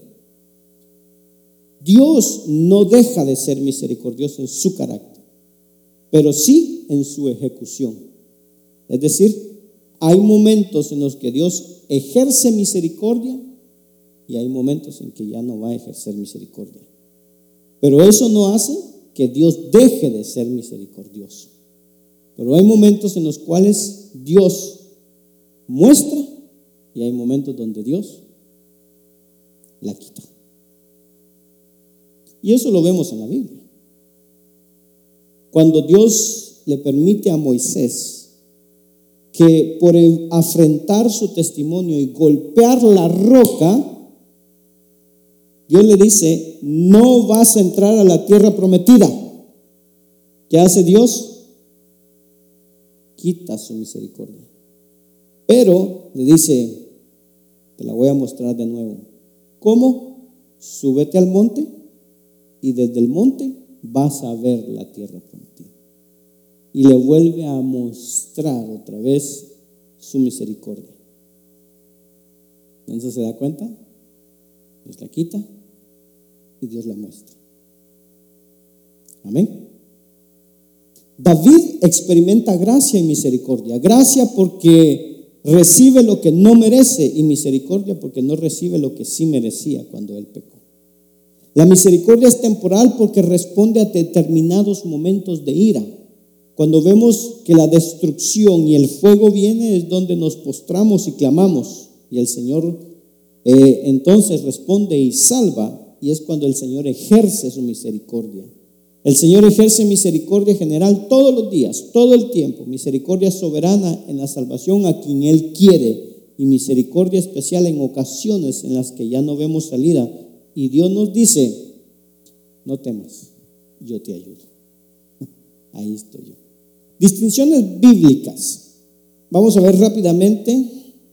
Dios no deja de ser misericordioso en su carácter, pero sí en su ejecución. Es decir, hay momentos en los que Dios ejerce misericordia y hay momentos en que ya no va a ejercer misericordia. Pero eso no hace que Dios deje de ser misericordioso. Pero hay momentos en los cuales Dios muestra y hay momentos donde Dios la quita. Y eso lo vemos en la Biblia. Cuando Dios le permite a Moisés que por afrentar su testimonio y golpear la roca, Dios le dice: no vas a entrar a la tierra prometida. ¿Qué hace Dios? Quita su misericordia. Pero le dice: te la voy a mostrar de nuevo. ¿Cómo? Súbete al monte y desde el monte vas a ver la tierra prometida. Y le vuelve a mostrar otra vez su misericordia. Entonces, ¿se da cuenta? Dios la quita y Dios la muestra. Amén. David experimenta gracia y misericordia. Gracia porque recibe lo que no merece y misericordia porque no recibe lo que sí merecía cuando él pecó. La misericordia es temporal porque responde a determinados momentos de ira. Cuando vemos que la destrucción y el fuego viene, es donde nos postramos y clamamos, y el Señor eh, entonces responde y salva, y es cuando el Señor ejerce su misericordia. El Señor ejerce misericordia general todos los días, todo el tiempo, misericordia soberana en la salvación a quien Él quiere, y misericordia especial en ocasiones en las que ya no vemos salida, y Dios nos dice: no temas, yo te ayudo. Ahí estoy yo. Distinciones bíblicas. Vamos a ver rápidamente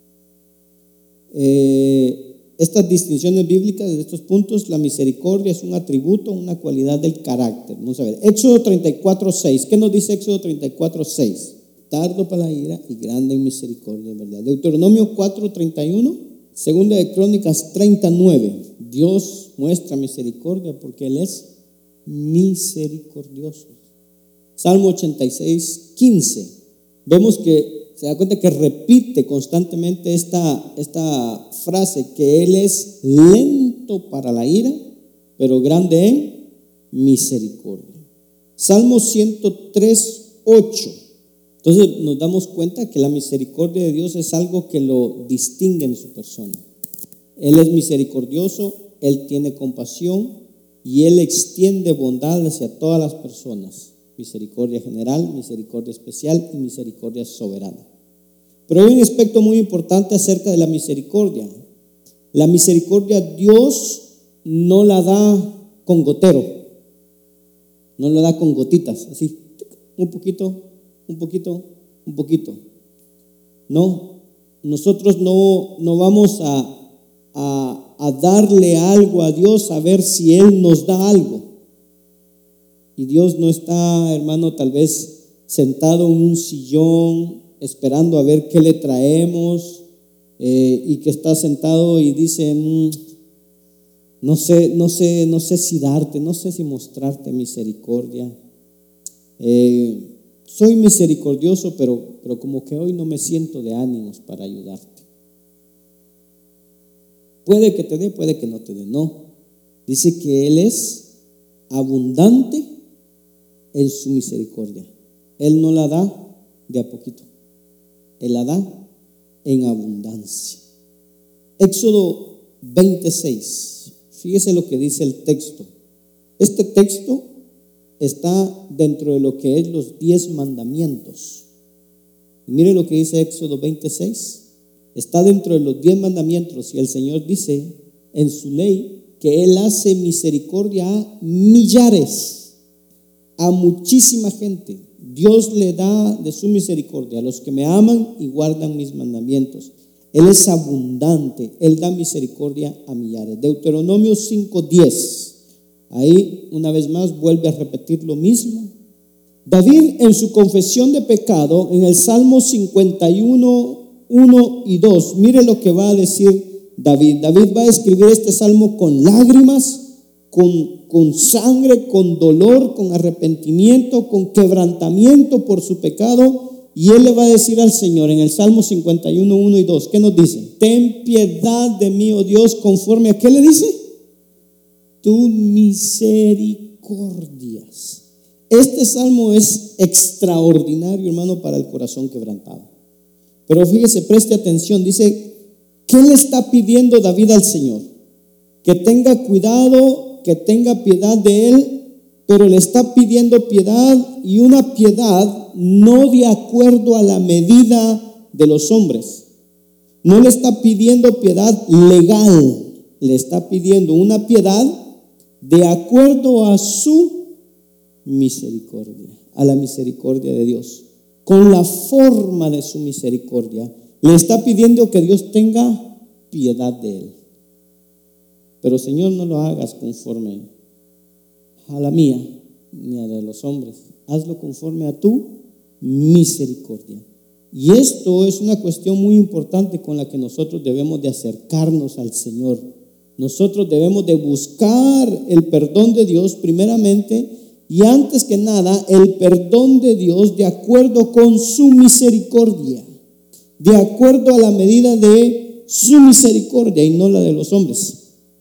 eh, estas distinciones bíblicas de estos puntos. La misericordia es un atributo, una cualidad del carácter. Vamos a ver. Éxodo treinta y cuatro seis. ¿Qué nos dice Éxodo treinta y cuatro seis? Tardo para la ira y grande en misericordia, ¿verdad? Deuteronomio cuatro treinta y uno. Segunda de Crónicas treinta y nueve. Dios muestra misericordia porque Él es misericordioso. Salmo ochenta y seis quince. Vemos que se da cuenta que repite constantemente esta, esta frase, que Él es lento para la ira, pero grande en misericordia. Salmo ciento tres ocho. Entonces nos damos cuenta que la misericordia de Dios es algo que lo distingue en su persona. Él es misericordioso, Él tiene compasión y Él extiende bondad hacia todas las personas. Misericordia general, misericordia especial y misericordia soberana. Pero hay un aspecto muy importante acerca de la misericordia. La misericordia Dios no la da con gotero, no la da con gotitas, así, un poquito, un poquito, un poquito. No, nosotros no, no vamos a, a, a darle algo a Dios a ver si Él nos da algo. Y Dios no está, hermano, tal vez sentado en un sillón esperando a ver qué le traemos, eh, y que está sentado y dice: mmm, no sé, no sé, no sé si darte, no sé si mostrarte misericordia. Eh, soy misericordioso, pero, pero como que hoy no me siento de ánimos para ayudarte. Puede que te dé, puede que no te dé. No, dice que Él es abundante en su misericordia. Él no la da de a poquito, Él la da en abundancia. Éxodo veintiséis. Fíjese lo que dice el texto. Este texto está dentro de lo que es los diez mandamientos. Y mire lo que dice Éxodo veintiséis. Está dentro de los diez mandamientos y el Señor dice en su ley que Él hace misericordia a millares, a muchísima gente. Dios le da de su misericordia a los que me aman y guardan mis mandamientos. Él es abundante, Él da misericordia a millares. Deuteronomio cinco diez. Ahí una vez más vuelve a repetir lo mismo. David en su confesión de pecado en el Salmo cincuenta y uno, uno y dos, mire lo que va a decir David. David va a escribir este salmo con lágrimas, con, con sangre, con dolor, con arrepentimiento, con quebrantamiento por su pecado. Y él le va a decir al Señor en el Salmo cincuenta y uno, uno y dos, ¿qué nos dice? Ten piedad de mí, oh Dios, conforme a ¿qué le dice? Tus misericordias. Este salmo es extraordinario, hermano, para el corazón quebrantado. Pero fíjese, preste atención, dice, ¿qué le está pidiendo David al Señor? Que tenga cuidado, que tenga piedad de él, pero le está pidiendo piedad, y una piedad no de acuerdo a la medida de los hombres. No le está pidiendo piedad legal, le está pidiendo una piedad de acuerdo a su misericordia, a la misericordia de Dios, con la forma de su misericordia. Le está pidiendo que Dios tenga piedad de él. Pero Señor, no lo hagas conforme a la mía ni a la de los hombres, hazlo conforme a tu misericordia. Y esto es una cuestión muy importante con la que nosotros debemos de acercarnos al Señor. Nosotros debemos de buscar el perdón de Dios primeramente, y antes que nada el perdón de Dios de acuerdo con su misericordia, de acuerdo a la medida de su misericordia y no la de los hombres.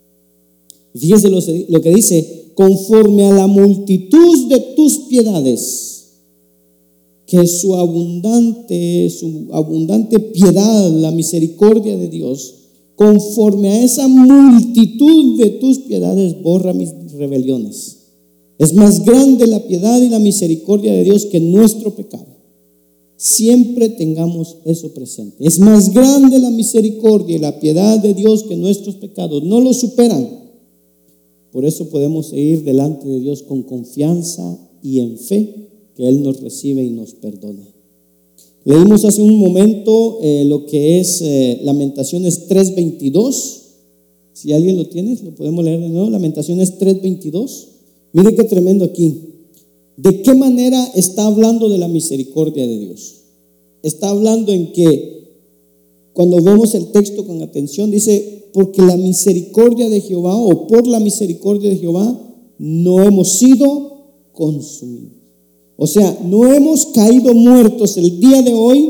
Fíjese lo, lo que dice, conforme a la multitud de tus piedades, que su abundante, su abundante piedad, la misericordia de Dios, conforme a esa multitud de tus piedades, borra mis rebeliones. Es más grande la piedad y la misericordia de Dios que nuestro pecado. Siempre tengamos eso presente. Es más grande la misericordia y la piedad de Dios que nuestros pecados. No lo superan. Por eso podemos ir delante de Dios con confianza y en fe que Él nos recibe y nos perdona. Leímos hace un momento eh, lo que es eh, Lamentaciones tres veintidós. Si alguien lo tiene, lo podemos leer de nuevo. Lamentaciones tres veintidós. Mire qué tremendo aquí. ¿De qué manera está hablando de la misericordia de Dios? Está hablando en que, cuando vemos el texto con atención, dice, porque la misericordia de Jehová, o por la misericordia de Jehová, no hemos sido consumidos. O sea, no hemos caído muertos el día de hoy,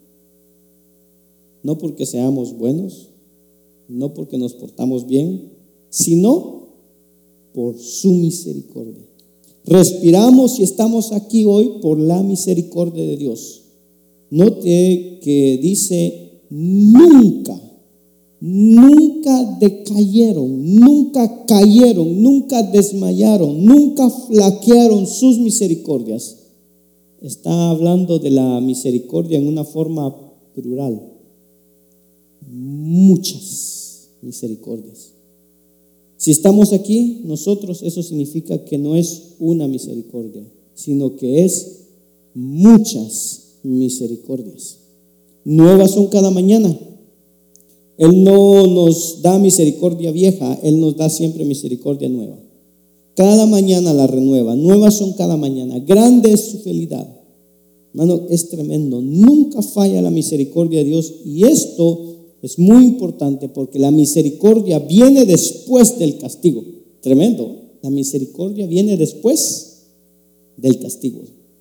no porque seamos buenos, no porque nos portamos bien, sino por su misericordia. Respiramos y estamos aquí hoy por la misericordia de Dios. Note que dice nunca, nunca decayeron, nunca cayeron, nunca desmayaron, nunca flaquearon sus misericordias. Está hablando de la misericordia en una forma plural. Muchas misericordias. Si estamos aquí, nosotros, eso significa que no es una misericordia, sino que es muchas misericordias. Nuevas son cada mañana. Él no nos da misericordia vieja, Él nos da siempre misericordia nueva. Cada mañana la renueva, nuevas son cada mañana. Grande es su fidelidad. Hermano, es tremendo. Nunca falla la misericordia de Dios, y esto es muy importante porque la misericordia viene después del castigo. Tremendo. La misericordia viene después del castigo.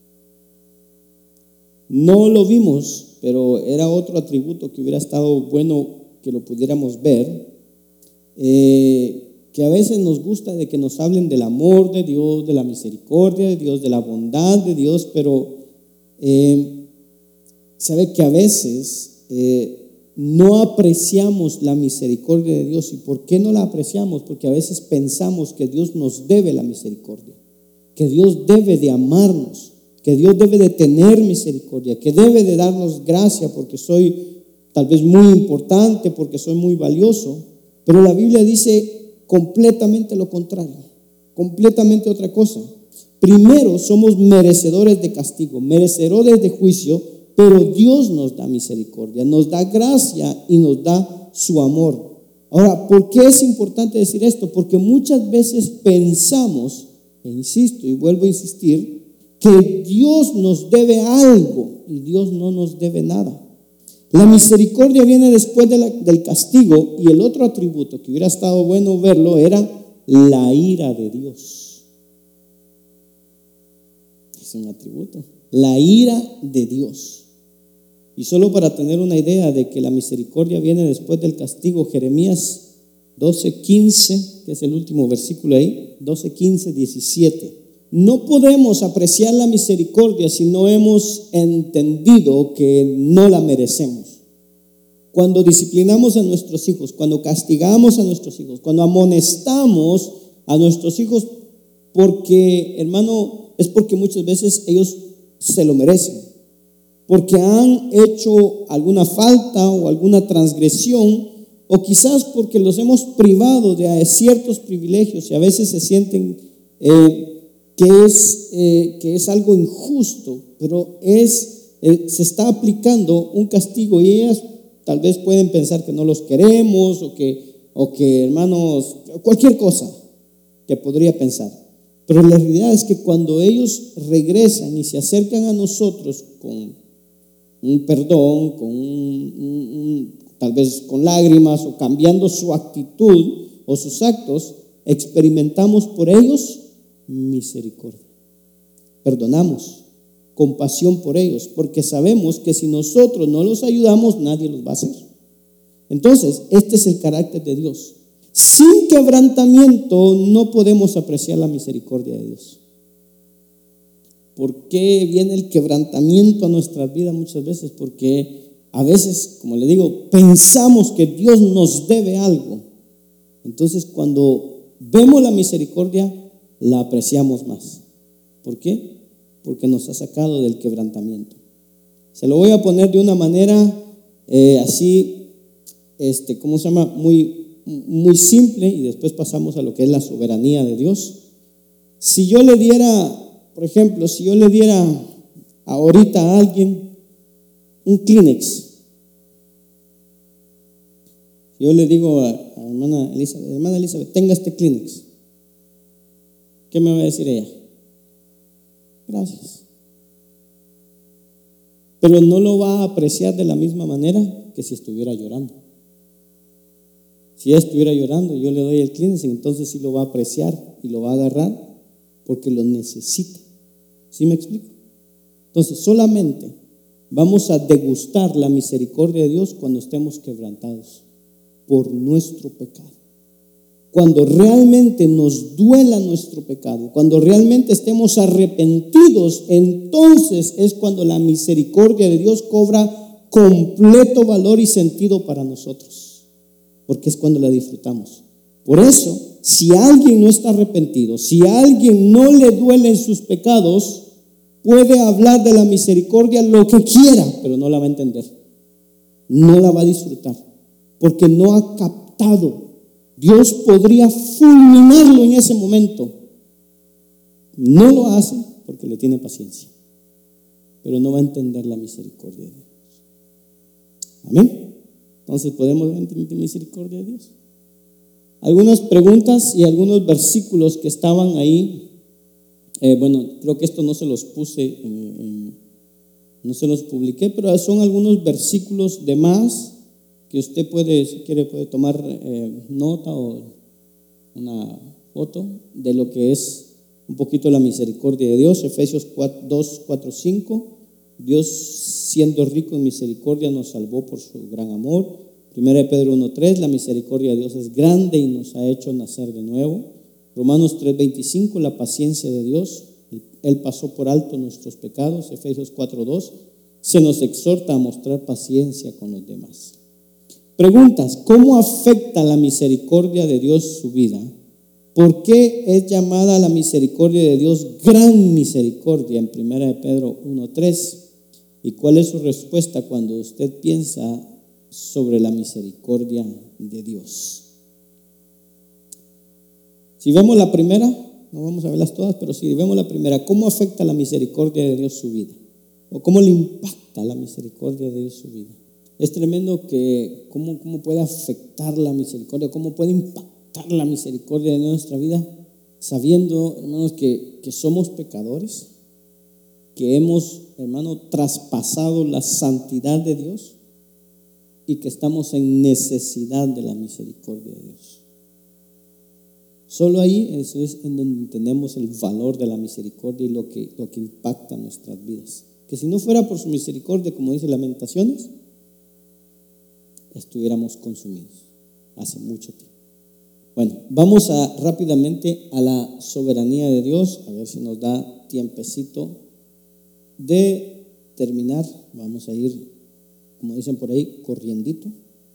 No lo vimos, pero era otro atributo que hubiera estado bueno que lo pudiéramos ver. Eh, que a veces nos gusta de que nos hablen del amor de Dios, de la misericordia de Dios, de la bondad de Dios, pero eh, sabe que a veces eh, no apreciamos la misericordia de Dios. ¿Y por qué no la apreciamos? Porque a veces pensamos que Dios nos debe la misericordia, que Dios debe de amarnos, que Dios debe de tener misericordia, que debe de darnos gracia porque soy tal vez muy importante, porque soy muy valioso. Pero la Biblia dice completamente lo contrario, completamente otra cosa. Primero somos merecedores de castigo, merecedores de juicio, pero Dios nos da misericordia, nos da gracia y nos da su amor. Ahora, ¿por qué es importante decir esto? Porque muchas veces pensamos, e insisto y vuelvo a insistir, que Dios nos debe algo y Dios no nos debe nada. La misericordia viene después de la, del castigo, y el otro atributo que hubiera estado bueno verlo era la ira de Dios. Es un atributo, la ira de Dios. Y solo para tener una idea de que la misericordia viene después del castigo, Jeremías doce quince, que es el último versículo ahí, doce quince, diecisiete. No podemos apreciar la misericordia si no hemos entendido que no la merecemos. Cuando disciplinamos a nuestros hijos, cuando castigamos a nuestros hijos, cuando amonestamos a nuestros hijos, porque, hermano, es porque muchas veces ellos se lo merecen, porque han hecho alguna falta o alguna transgresión, o quizás porque los hemos privado de ciertos privilegios y a veces se sienten eh, que, es, eh, que es algo injusto, pero es, eh, se está aplicando un castigo, y ellas tal vez pueden pensar que no los queremos o que, o que hermanos, cualquier cosa que podría pensar. Pero la realidad es que cuando ellos regresan y se acercan a nosotros con un perdón, con un, un, un, tal vez con lágrimas o cambiando su actitud o sus actos, experimentamos por ellos misericordia. Perdonamos, compasión por ellos, porque sabemos que si nosotros no los ayudamos, nadie los va a hacer. Entonces, este es el carácter de Dios. Sin quebrantamiento no podemos apreciar la misericordia de Dios. ¿Por qué viene el quebrantamiento a nuestras vidas muchas veces? Porque a veces, como le digo, pensamos que Dios nos debe algo. Entonces, cuando vemos la misericordia, la apreciamos más. ¿Por qué? Porque nos ha sacado del quebrantamiento. Se lo voy a poner de una manera eh, así, este, ¿cómo se llama? Muy, muy simple, y después pasamos a lo que es la soberanía de Dios. Si yo le diera, por ejemplo, si yo le diera ahorita a alguien un Kleenex, yo le digo a, a hermana Elizabeth, hermana Elizabeth, tenga este Kleenex, ¿qué me va a decir ella? Gracias. Pero no lo va a apreciar de la misma manera que si estuviera llorando. Si ella estuviera llorando y yo le doy el Kleenex, entonces sí lo va a apreciar y lo va a agarrar porque lo necesita. ¿Sí me explico? Entonces solamente vamos a degustar la misericordia de Dios cuando estemos quebrantados por nuestro pecado. Cuando realmente nos duela nuestro pecado, cuando realmente estemos arrepentidos, entonces es cuando la misericordia de Dios cobra completo valor y sentido para nosotros, porque es cuando la disfrutamos. Por eso, si alguien no está arrepentido, si a alguien no le duelen sus pecados, puede hablar de la misericordia lo que quiera, pero no la va a entender, no la va a disfrutar, porque no ha captado. Dios podría fulminarlo en ese momento. No lo hace porque le tiene paciencia, pero no va a entender la misericordia de Dios. Amén. Entonces, ¿podemos entender la misericordia de Dios? Algunas preguntas y algunos versículos que estaban ahí. Eh, bueno, creo que esto no se los puse, eh, eh, no se los publiqué, pero son algunos versículos de más que usted puede, si quiere, puede tomar eh, nota o una foto de lo que es un poquito la misericordia de Dios. Efesios dos, cuatro, cinco. Dios, siendo rico en misericordia, nos salvó por su gran amor. Primera de Pedro uno, tres. La misericordia de Dios es grande y nos ha hecho nacer de nuevo. Romanos tres, veinticinco. La paciencia de Dios, Él pasó por alto nuestros pecados. Efesios cuatro, dos. Se nos exhorta a mostrar paciencia con los demás. Preguntas: ¿cómo afecta la misericordia de Dios su vida? ¿Por qué es llamada la misericordia de Dios gran misericordia en Primera de Pedro uno, tres? ¿Y cuál es su respuesta cuando usted piensa sobre la misericordia de Dios? Si vemos la primera, no vamos a verlas todas, pero si vemos la primera, ¿cómo afecta la misericordia de Dios su vida? ¿O cómo le impacta la misericordia de Dios su vida? Es tremendo que cómo, cómo puede afectar la misericordia, cómo puede impactar la misericordia de nuestra vida, sabiendo, hermanos, que, que somos pecadores, que hemos, hermano, traspasado la santidad de Dios y que estamos en necesidad de la misericordia de Dios. Solo ahí eso es en donde entendemos el valor de la misericordia y lo que, lo que impacta nuestras vidas. Que si no fuera por su misericordia, como dice Lamentaciones, estuviéramos consumidos hace mucho tiempo. Bueno, vamos a rápidamente a la soberanía de Dios, a ver si nos da tiempecito de terminar. Vamos a ir, como dicen por ahí, corriendito.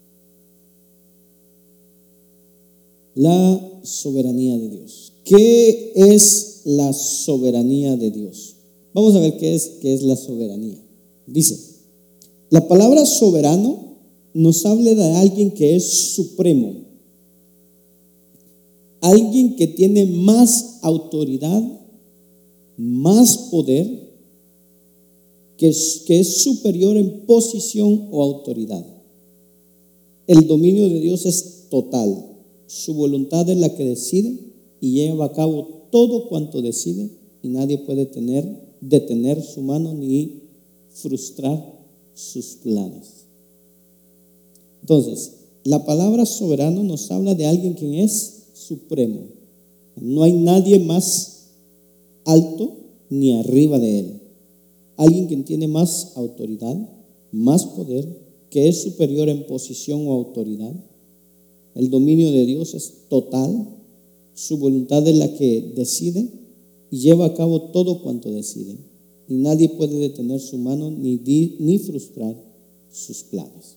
La soberanía de Dios. ¿Qué es la soberanía de Dios? Vamos a ver qué es, qué es la soberanía. Dice, la palabra soberano nos habla de alguien que es supremo, alguien que tiene más autoridad, más poder, que es, que es superior en posición o autoridad. El dominio de Dios es total. Su voluntad es la que decide y lleva a cabo todo cuanto decide, y nadie puede tener, detener su mano ni frustrar sus planes. Entonces, la palabra soberano nos habla de alguien que es supremo. No hay nadie más alto ni arriba de él. Alguien que tiene más autoridad, más poder, que es superior en posición o autoridad. El dominio de Dios es total. Su voluntad es la que decide y lleva a cabo todo cuanto decide. Y nadie puede detener su mano ni, di, ni frustrar sus planes.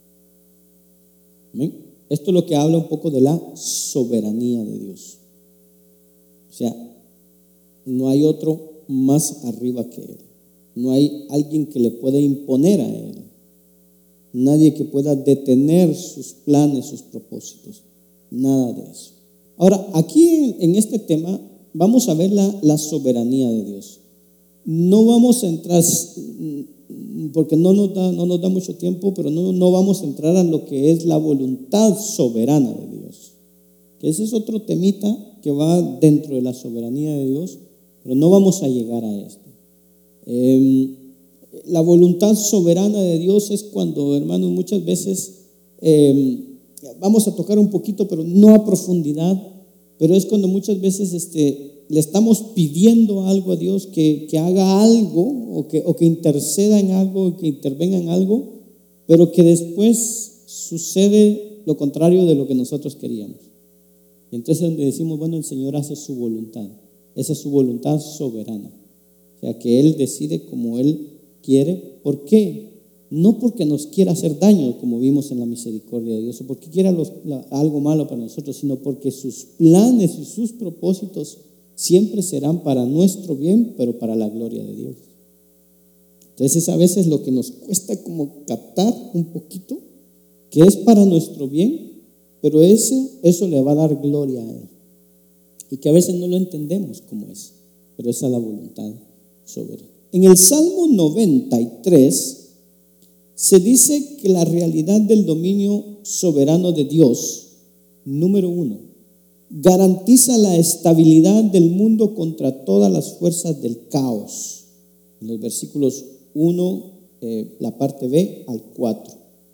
¿Amén? Esto es lo que habla un poco de la soberanía de Dios. O sea, no hay otro más arriba que Él. No hay alguien que le pueda imponer a Él. Nadie que pueda detener sus planes, sus propósitos. Nada de eso. Ahora, aquí en, en este tema vamos a ver la, la soberanía de Dios. No vamos a entrar, porque no nos da, no nos da mucho tiempo, pero no, no vamos a entrar a lo que es la voluntad soberana de Dios. Que ese es otro temita que va dentro de la soberanía de Dios, pero no vamos a llegar a esto. Eh, La voluntad soberana de Dios es cuando, hermanos, muchas veces eh, vamos a tocar un poquito, pero no a profundidad, pero es cuando muchas veces este, le estamos pidiendo algo a Dios que, que haga algo o que, o que interceda en algo, que intervenga en algo, pero que después sucede lo contrario de lo que nosotros queríamos. Y entonces donde decimos, bueno, el Señor hace su voluntad. Esa es su voluntad soberana. O sea, que Él decide como Él quiere. ¿Por qué? No porque nos quiera hacer daño, como vimos en la misericordia de Dios, o porque quiera los, la, algo malo para nosotros, sino porque sus planes y sus propósitos siempre serán para nuestro bien, pero para la gloria de Dios. Entonces a veces lo que nos cuesta como captar un poquito, que es para nuestro bien, pero ese, eso le va a dar gloria a Él. Y que a veces no lo entendemos como es, pero esa es la voluntad soberana. En el Salmo noventa y tres se dice que la realidad del dominio soberano de Dios, número uno, garantiza la estabilidad del mundo contra todas las fuerzas del caos. En los versículos uno, eh, la parte B al cuatro.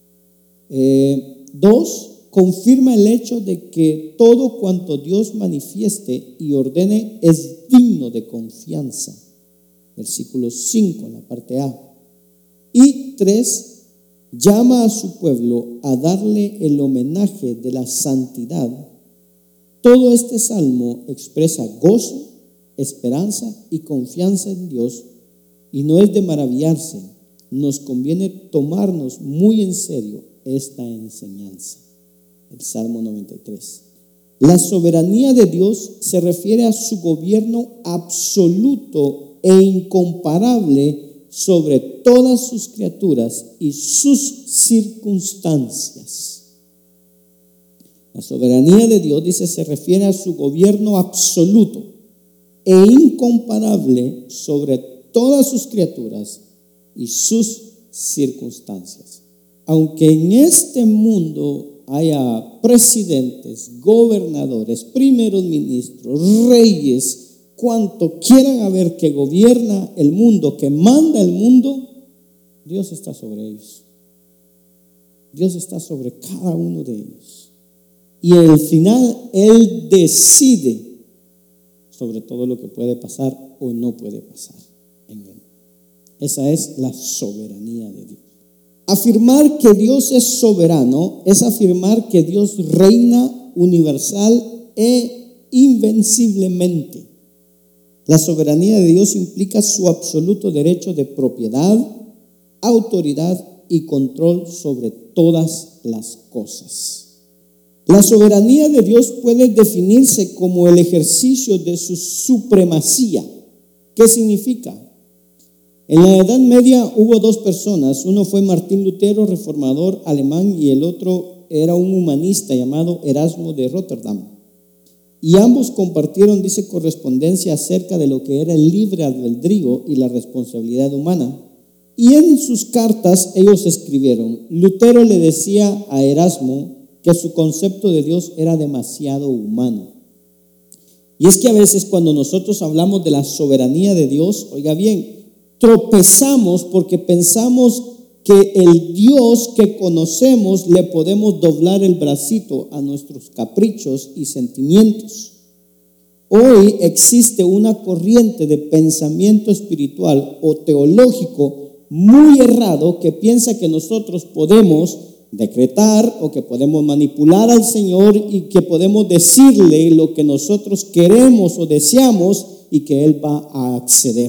Eh, dos, confirma el hecho de que todo cuanto Dios manifieste y ordene es digno de confianza. Versículo cinco, en la parte A. Y tres, llama a su pueblo a darle el homenaje de la santidad. Todo este salmo expresa gozo, esperanza y confianza en Dios, y no es de maravillarse. Nos conviene tomarnos muy en serio esta enseñanza. El Salmo noventa y tres. La soberanía de Dios se refiere a su gobierno absoluto e incomparable sobre todas sus criaturas y sus circunstancias. La soberanía de Dios, dice, se refiere a su gobierno absoluto e incomparable sobre todas sus criaturas y sus circunstancias. Aunque en este mundo haya presidentes, gobernadores, primeros ministros, reyes, cuanto quieran haber que gobierna el mundo, que manda el mundo, Dios está sobre ellos. Dios está sobre cada uno de ellos. Y al final Él decide sobre todo lo que puede pasar o no puede pasar en Él. Esa es la soberanía de Dios. Afirmar que Dios es soberano es afirmar que Dios reina universal e invenciblemente. La soberanía de Dios implica su absoluto derecho de propiedad, autoridad y control sobre todas las cosas. La soberanía de Dios puede definirse como el ejercicio de su supremacía. ¿Qué significa? En la Edad Media hubo dos personas. Uno fue Martín Lutero, reformador alemán, y el otro era un humanista llamado Erasmo de Rotterdam. Y ambos compartieron, dice, correspondencia acerca de lo que era el libre albedrío y la responsabilidad humana. Y en sus cartas ellos escribieron: Lutero le decía a Erasmo que su concepto de Dios era demasiado humano. Y es que a veces cuando nosotros hablamos de la soberanía de Dios, oiga bien, tropezamos porque pensamos que el Dios que conocemos le podemos doblar el bracito a nuestros caprichos y sentimientos. Hoy existe una corriente de pensamiento espiritual o teológico muy errado que piensa que nosotros podemos decretar o que podemos manipular al Señor y que podemos decirle lo que nosotros queremos o deseamos y que Él va a acceder.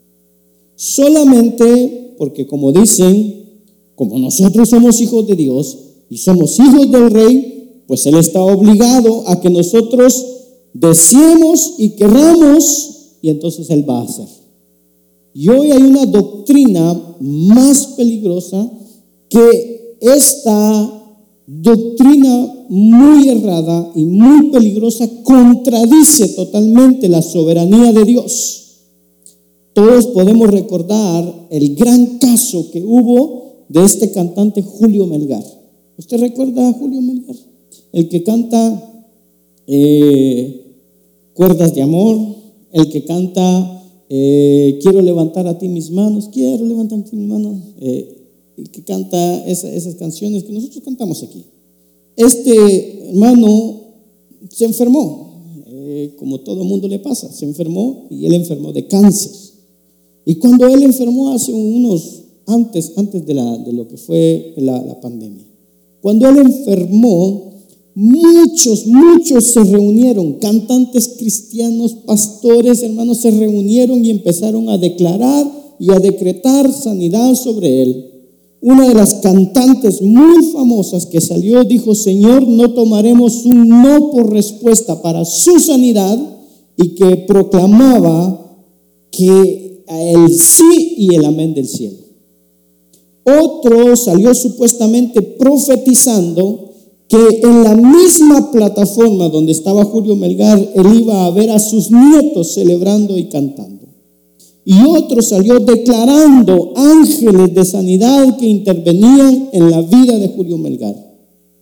Solamente porque, como dicen, como nosotros somos hijos de Dios y somos hijos del Rey, pues Él está obligado a que nosotros deseemos y querramos, y entonces Él va a hacer. Y hoy hay una doctrina más peligrosa, que esta doctrina muy errada y muy peligrosa contradice totalmente la soberanía de Dios. Todos podemos recordar el gran caso que hubo de este cantante Julio Melgar. ¿Usted recuerda a Julio Melgar? El que canta eh, Cuerdas de Amor, el que canta eh, Quiero levantar a ti mis manos, quiero levantar a ti mis manos, eh, el que canta esa, esas canciones que nosotros cantamos aquí. Este hermano se enfermó, eh, como todo mundo le pasa, se enfermó y él enfermó de cáncer. Y cuando él enfermó hace unos, antes, antes de, la, de lo que fue la, la pandemia, cuando él enfermó, muchos, muchos se reunieron, cantantes cristianos, pastores, hermanos, se reunieron y empezaron a declarar y a decretar sanidad sobre él. Una de las cantantes muy famosas que salió dijo: Señor, no tomaremos un no por respuesta para su sanidad, y que proclamaba que el sí y el amén del cielo. Otro salió supuestamente profetizando que en la misma plataforma donde estaba Julio Melgar, él iba a ver a sus nietos celebrando y cantando. Y otro salió declarando ángeles de sanidad que intervenían en la vida de Julio Melgar.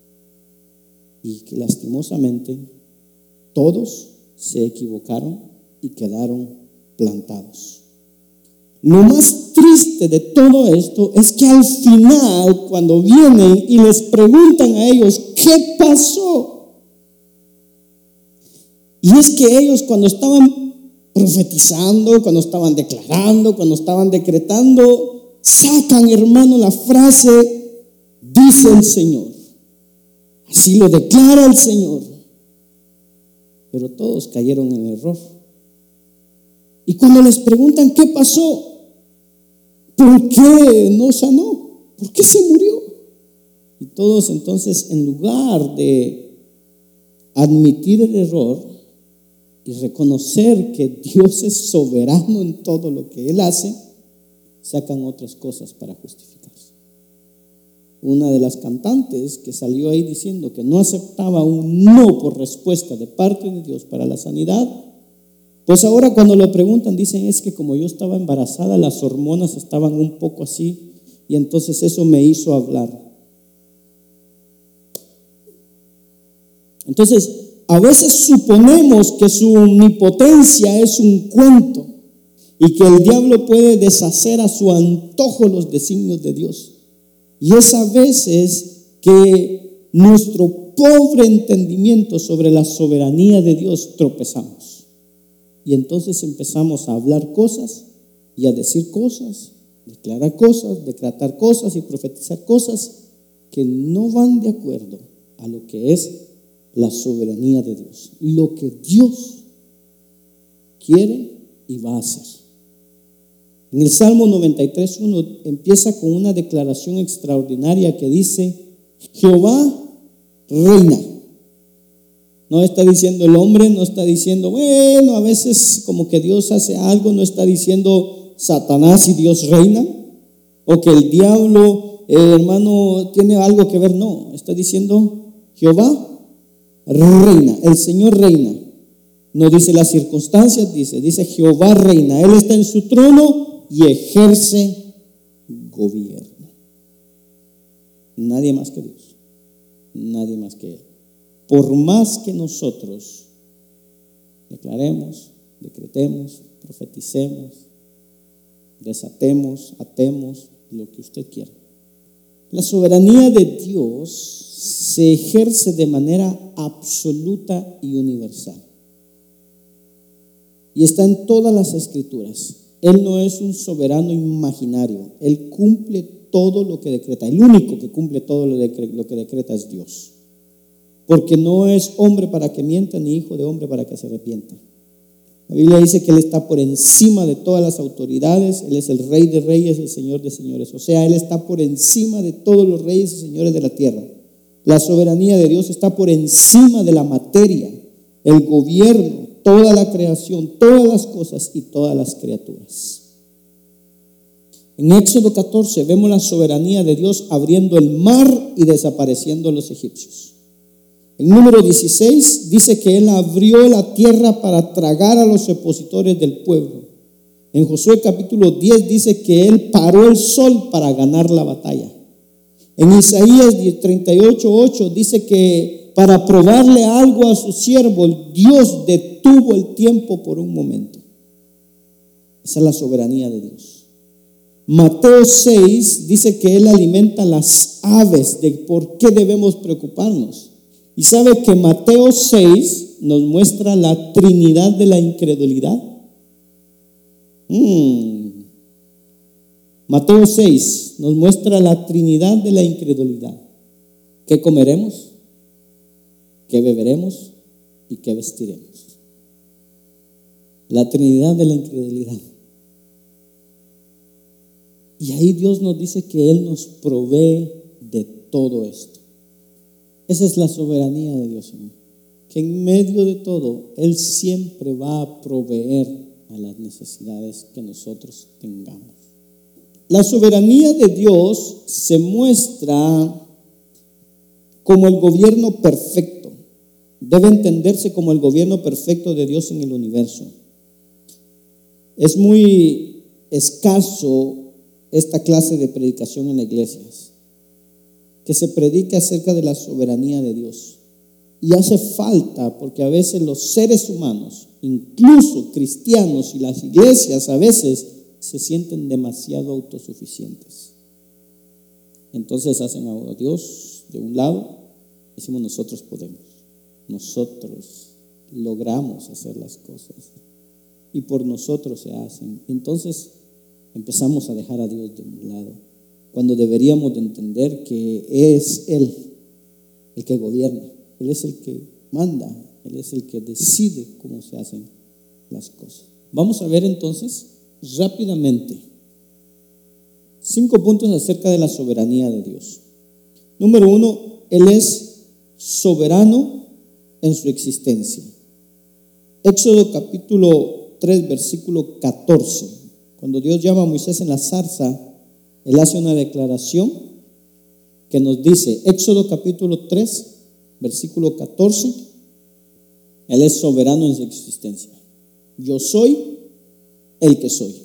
Y que lastimosamente todos se equivocaron y quedaron plantados. Lo más triste de todo esto es que al final, cuando vienen y les preguntan a ellos ¿qué pasó? Y es que ellos, cuando estaban profetizando, cuando estaban declarando, cuando estaban decretando, sacan, hermano, la frase dice el Señor. Así lo declara el Señor. Pero todos cayeron en el error. Y cuando les preguntan ¿qué pasó? ¿Por qué no sanó? ¿Por qué se murió? Y todos entonces, en lugar de admitir el error y reconocer que Dios es soberano en todo lo que Él hace, sacan otras cosas para justificarse. una de las cantantes que salió ahí diciendo que no aceptaba un no por respuesta de parte de Dios para la sanidad, pues ahora cuando lo preguntan dicen: es que como yo estaba embarazada, las hormonas estaban un poco así y entonces eso me hizo hablar. Entonces, a veces suponemos que su omnipotencia es un cuento y que el diablo puede deshacer a su antojo los designios de Dios. Y es a veces que nuestro pobre entendimiento sobre la soberanía de Dios tropezamos. Y entonces empezamos a hablar cosas y a decir cosas, declarar cosas, decretar cosas y profetizar cosas que no van de acuerdo a lo que es la soberanía de Dios, lo que Dios quiere y va a hacer. En el Salmo noventa y tres, uno empieza con una declaración extraordinaria que dice: Jehová reina. No está diciendo el hombre, no está diciendo, bueno, a veces como que Dios hace algo, no está diciendo Satanás y Dios reina, o que el diablo, eh, hermano, tiene algo que ver. No, está diciendo Jehová reina, el Señor reina. No dice las circunstancias, dice, dice Jehová reina. Él está en su trono y ejerce gobierno. Nadie más que Dios, nadie más que Él. Por más que nosotros declaremos, decretemos, profeticemos, desatemos, atemos, lo que usted quiera, la soberanía de Dios se ejerce de manera absoluta y universal. Y está en todas las escrituras. Él no es un soberano imaginario. Él cumple todo lo que decreta. El único que cumple todo lo, de, lo que decreta es Dios. Porque no es hombre para que mienta, ni hijo de hombre para que se arrepienta. La Biblia dice que Él está por encima de todas las autoridades. Él es el Rey de reyes y el Señor de señores. O sea, Él está por encima de todos los reyes y señores de la tierra. La soberanía de Dios está por encima de la materia, el gobierno, toda la creación, todas las cosas y todas las criaturas. En Éxodo catorce vemos la soberanía de Dios abriendo el mar y desapareciendo a los egipcios. En número dieciséis dice que Él abrió la tierra para tragar a los opositores del pueblo. En Josué capítulo diez dice que Él paró el sol para ganar la batalla. En Isaías treinta y ocho, ocho dice que para probarle algo a su siervo, Dios detuvo el tiempo por un momento. Esa es la soberanía de Dios. Mateo seis dice que Él alimenta las aves. ¿De por qué debemos preocuparnos? Y sabe que Mateo seis nos muestra la Trinidad de la incredulidad. Hmm. Mateo seis nos muestra la Trinidad de la incredulidad. ¿Qué comeremos? ¿Qué beberemos? ¿Y qué vestiremos? La Trinidad de la incredulidad. Y ahí Dios nos dice que Él nos provee de todo esto. Esa es la soberanía de Dios, Señor. Que en medio de todo, Él siempre va a proveer a las necesidades que nosotros tengamos. La soberanía de Dios se muestra como el gobierno perfecto. Debe entenderse como el gobierno perfecto de Dios en el universo. Es muy escaso esta clase de predicación en las iglesias, que se predique acerca de la soberanía de Dios. Y hace falta, porque a veces los seres humanos, incluso cristianos y las iglesias, a veces se sienten demasiado autosuficientes. Entonces hacen a Dios de un lado, decimos nosotros podemos, nosotros logramos hacer las cosas y por nosotros se hacen. Entonces empezamos a dejar a Dios de un lado, cuando deberíamos de entender que es Él el que gobierna, Él es el que manda, Él es el que decide cómo se hacen las cosas. Vamos a ver entonces rápidamente cinco puntos acerca de la soberanía de Dios. Número uno, Él es soberano en su existencia. Éxodo capítulo tres, versículo catorce. Cuando Dios llama a Moisés en la zarza, Él hace una declaración que nos dice, Éxodo capítulo tres, versículo catorce, Él es soberano en su existencia. Yo soy el que soy.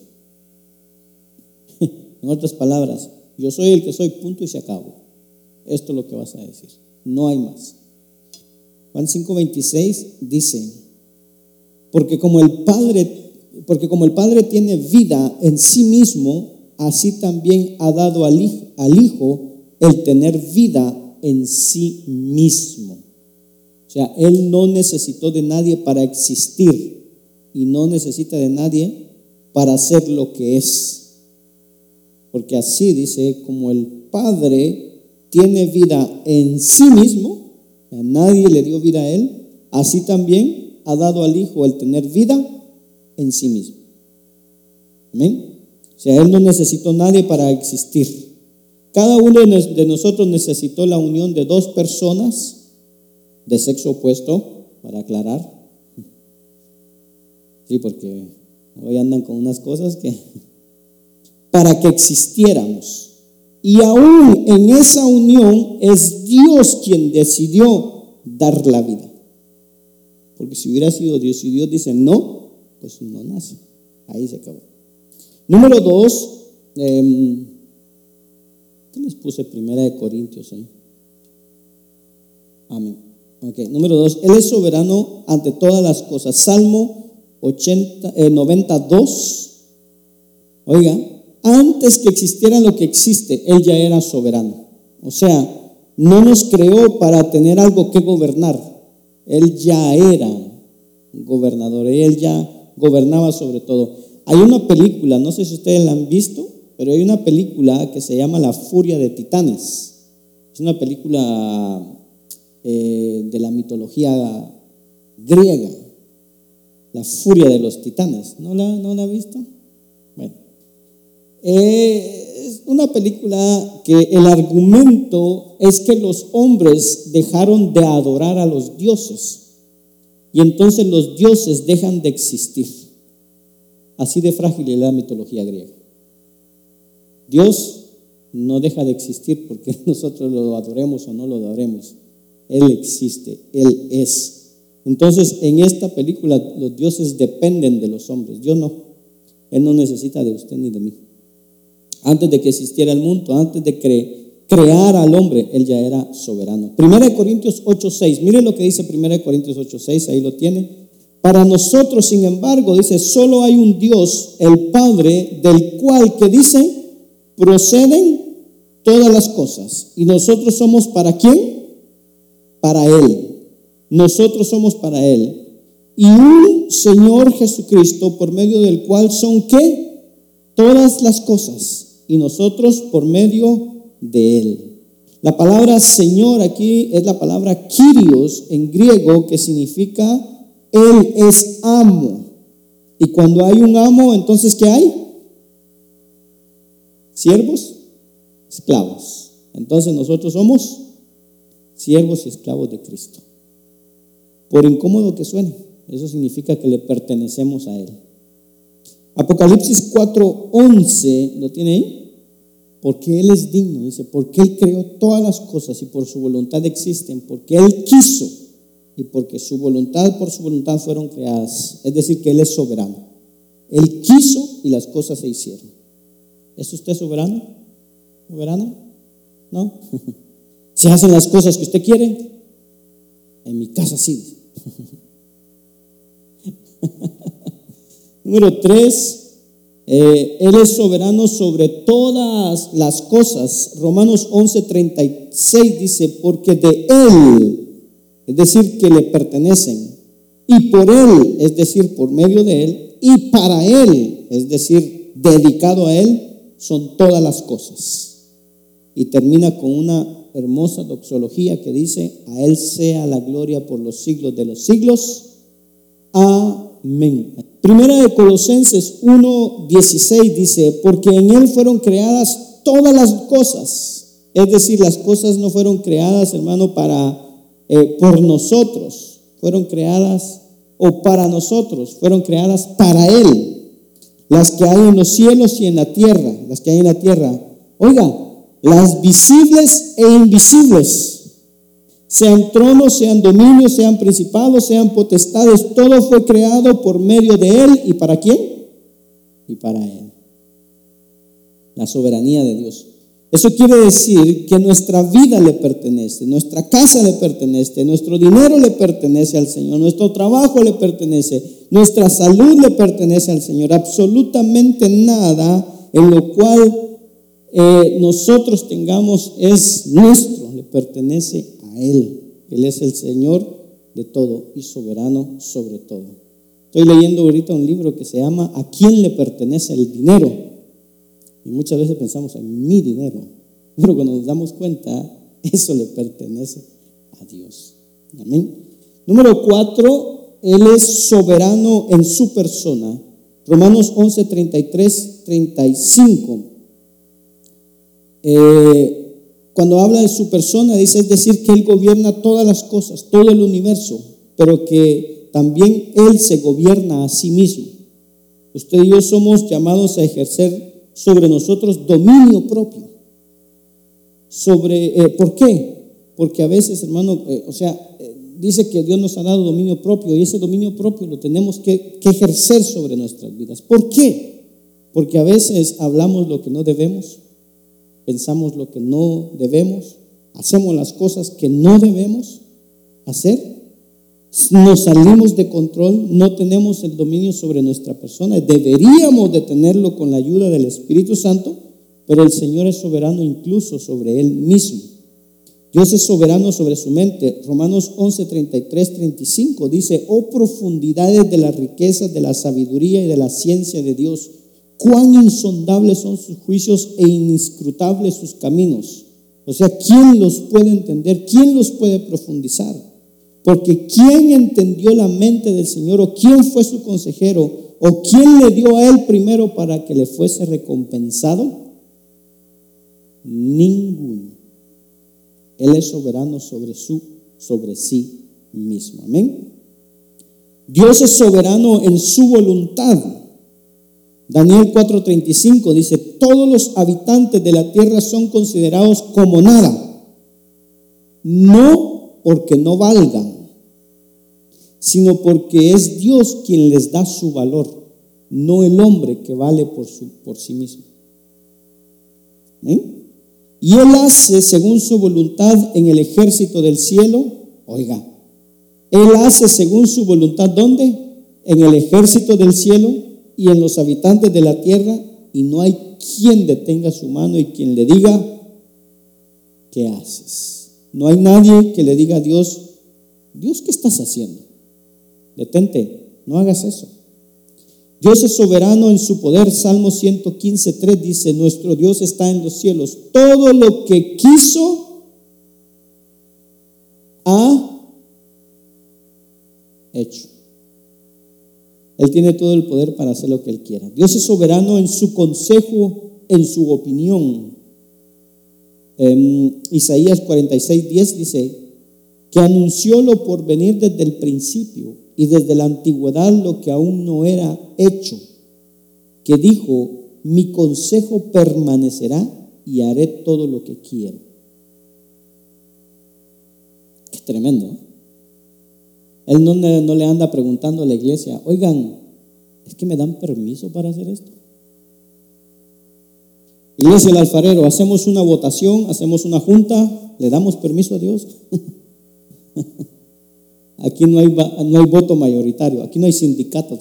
En otras palabras, yo soy el que soy, punto y se acabó. Esto es lo que vas a decir, no hay más. Juan cinco veintiséis dice, porque como el Padre, porque como el Padre tiene vida en sí mismo, así también ha dado al Hijo, al Hijo el tener vida en sí mismo. O sea, Él no necesitó de nadie para existir y no necesita de nadie para ser lo que es. Porque así dice, como el Padre tiene vida en sí mismo, a nadie le dio vida a Él, así también ha dado al Hijo el tener vida en sí mismo. Amén. O sea, Él no necesitó nadie para existir. Cada uno de nosotros necesitó la unión de dos personas de sexo opuesto, para aclarar. Sí, porque hoy andan con unas cosas que para que existiéramos. Y aún en esa unión es Dios quien decidió dar la vida. Porque si hubiera sido Dios, si Dios dice no, pues no nace. Ahí se acabó. Número dos, eh, ¿qué les puse? Primera de Corintios ahí. Amén. Ok, número dos, Él es soberano ante todas las cosas. Salmo ochenta, eh, noventa y dos. Oiga, antes que existiera lo que existe, Él ya era soberano. O sea, no nos creó para tener algo que gobernar. Él ya era gobernador, Él ya gobernaba sobre todo. Hay una película, no sé si ustedes la han visto, pero hay una película que se llama La Furia de Titanes. Es una película eh, de la mitología griega, La Furia de los Titanes. ¿No la, no la ha visto? Bueno, eh, es una película que el argumento es que los hombres dejaron de adorar a los dioses y entonces los dioses dejan de existir. Así de frágil es la mitología griega. Dios no deja de existir porque nosotros lo adoremos o no lo adoremos. Él existe, Él es. Entonces, en esta película los dioses dependen de los hombres. Dios no. Él no necesita de usted ni de mí. Antes de que existiera el mundo, antes de cre- crear al hombre, Él ya era soberano. Primera de Corintios ocho seis. Mire lo que dice Primera de Corintios ocho seis, ahí lo tiene. Para nosotros, sin embargo, dice, solo hay un Dios, el Padre, del cual, que dice, proceden todas las cosas. Y nosotros somos ¿para quién? Para Él. Nosotros somos para Él. Y un Señor Jesucristo, por medio del cual son ¿qué? Todas las cosas. Y nosotros por medio de Él. La palabra Señor aquí es la palabra Kyrios en griego, que significa Él es amo. Y cuando hay un amo, entonces ¿qué hay? Siervos, esclavos. Entonces nosotros somos siervos y esclavos de Cristo. Por incómodo que suene, eso significa que le pertenecemos a Él. Apocalipsis cuatro once, ¿lo tiene ahí? Porque Él es digno, dice, porque Él creó todas las cosas y por su voluntad existen, porque Él quiso y porque su voluntad, por su voluntad fueron creadas. Es decir, que Él es soberano. Él quiso y las cosas se hicieron. ¿Es usted soberano? ¿Soberana? ¿No? ¿Se hacen las cosas que usted quiere? En mi casa sí. Número tres, eh, Él es soberano sobre todas las cosas. Romanos once treinta y seis dice, porque de Él, es decir, que le pertenecen, y por Él, es decir, por medio de Él, y para Él, es decir, dedicado a Él, son todas las cosas. Y termina con una hermosa doxología que dice, a Él sea la gloria por los siglos de los siglos. Amén. Primera de Colosenses uno dieciséis dice, porque en Él fueron creadas todas las cosas. Es decir, las cosas no fueron creadas, hermano, para eh, por nosotros, fueron creadas o para nosotros, fueron creadas para Él. Las que hay en los cielos y en la tierra, las que hay en la tierra. Oiga, las visibles e invisibles, sean tronos, sean dominios, sean principados, sean potestades, todo fue creado por medio de Él. ¿Y para quién? Y para Él. La soberanía de Dios. Eso quiere decir que nuestra vida le pertenece, nuestra casa le pertenece, nuestro dinero le pertenece al Señor, nuestro trabajo le pertenece, nuestra salud le pertenece al Señor. Absolutamente nada en lo cual eh, nosotros tengamos es nuestro, le pertenece a Él. Él es el Señor de todo y soberano sobre todo. Estoy leyendo ahorita un libro que se llama ¿A quién le pertenece el dinero? Y muchas veces pensamos en mi dinero, pero cuando nos damos cuenta, eso le pertenece a Dios. Amén. Número cuatro, Él es soberano en su persona. Romanos once, treinta y tres, treinta y cinco. Eh, cuando habla de su persona, dice, es decir, que Él gobierna todas las cosas, todo el universo, pero que también Él se gobierna a sí mismo. Usted y yo somos llamados a ejercer sobre nosotros dominio propio. Sobre, eh, ¿por qué? Porque a veces, hermano, eh, o sea, eh, dice que Dios nos ha dado dominio propio y ese dominio propio lo tenemos que, que ejercer sobre nuestras vidas. ¿Por qué? Porque a veces hablamos lo que no debemos, pensamos lo que no debemos, hacemos las cosas que no debemos hacer. Nos salimos de control, no tenemos el dominio sobre nuestra persona. Deberíamos de tenerlo con la ayuda del Espíritu Santo, pero el Señor es soberano incluso sobre Él mismo. Dios es soberano sobre su mente. Romanos once, treinta y tres, treinta y cinco dice: oh profundidades de las riquezas, de la sabiduría y de la ciencia de Dios, cuán insondables son sus juicios e inescrutables sus caminos. O sea, ¿quién los puede entender? ¿Quién los puede profundizar? Porque ¿quién entendió la mente del Señor? ¿O quién fue su consejero? ¿O quién le dio a Él primero para que le fuese recompensado? Ninguno. Él es soberano sobre, su, sobre sí mismo. Amén. Dios es soberano en su voluntad. Daniel cuatro treinta y cinco dice: todos los habitantes de la tierra son considerados como nada, no porque no valgan, sino porque es Dios quien les da su valor, no el hombre que vale por, su, por sí mismo. ¿Eh? Y Él hace según su voluntad en el ejército del cielo. Oiga, Él hace según su voluntad, ¿dónde? En el ejército del cielo y en los habitantes de la tierra, y no hay quien detenga su mano y quien le diga: ¿qué haces? No hay nadie que le diga a Dios: Dios, ¿qué estás haciendo? Detente, no hagas eso. Dios es soberano en su poder. Salmo ciento quince, tres dice: nuestro Dios está en los cielos. Todo lo que quiso ha hecho. Él tiene todo el poder para hacer lo que Él quiera. Dios es soberano en su consejo, en su opinión. En Isaías cuarenta y seis, diez dice que anunció lo por venir desde el principio y desde la antigüedad lo que aún no era hecho, que dijo: mi consejo permanecerá y haré todo lo que quiero. Qué tremendo, ¿eh? Él no, no le anda preguntando a la iglesia: oigan, ¿es que me dan permiso para hacer esto? Iglesia El Alfarero, hacemos una votación, hacemos una junta, ¿le damos permiso a Dios? Aquí no hay, no hay voto mayoritario, aquí no hay sindicatos.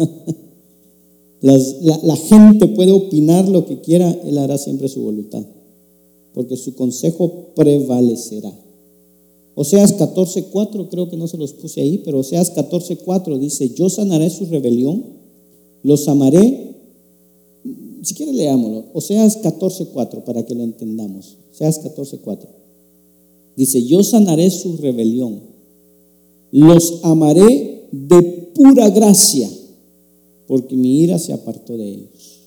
Las, la, la gente puede opinar lo que quiera, Él hará siempre su voluntad, porque su consejo prevalecerá. Oseas catorce, cuatro, creo que no se los puse ahí, pero Oseas catorce, cuatro dice: yo sanaré su rebelión, los amaré. Si quiere leámoslo, Oseas catorce, cuatro, para que lo entendamos. Oseas catorce, cuatro dice: yo sanaré su rebelión, los amaré de pura gracia, porque mi ira se apartó de ellos.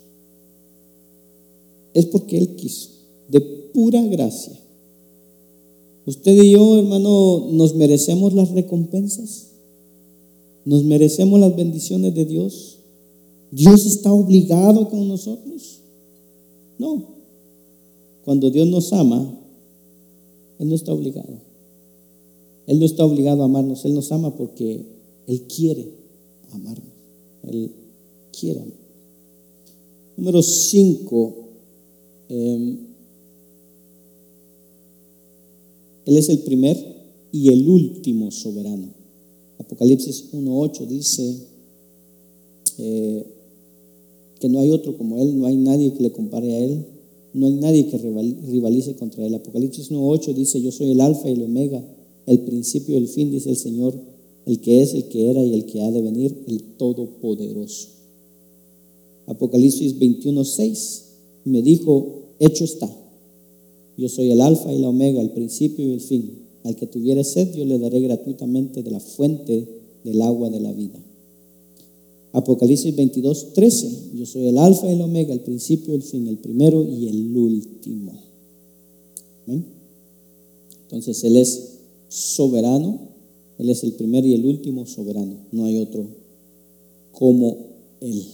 Es porque Él quiso, de pura gracia. Usted y yo, hermano, ¿nos merecemos las recompensas? ¿Nos merecemos las bendiciones de Dios? ¿Dios está obligado con nosotros? No. cuando Dios nos ama, Él no está obligado. Él no está obligado a amarnos. Él nos ama porque Él quiere amarnos. Él quiere amarnos. Número cinco. Eh, Él es el primer y el último soberano. Apocalipsis uno ocho dice eh, que no hay otro como Él, no hay nadie que le compare a Él, no hay nadie que rivalice contra Él. Apocalipsis uno ocho dice: yo soy el alfa y el omega, el principio y el fin, dice el Señor, el que es, el que era y el que ha de venir, el todopoderoso. Apocalipsis veintiuno seis me dijo: hecho está, yo soy el alfa y la omega, el principio y el fin. Al que tuviere sed, yo le daré gratuitamente de la fuente del agua de la vida. Apocalipsis veintidós trece, yo soy el alfa y el omega, el principio y el fin, el primero y el último. ¿Amén? Entonces Él es soberano, Él es el primer y el último soberano. No hay otro como Él.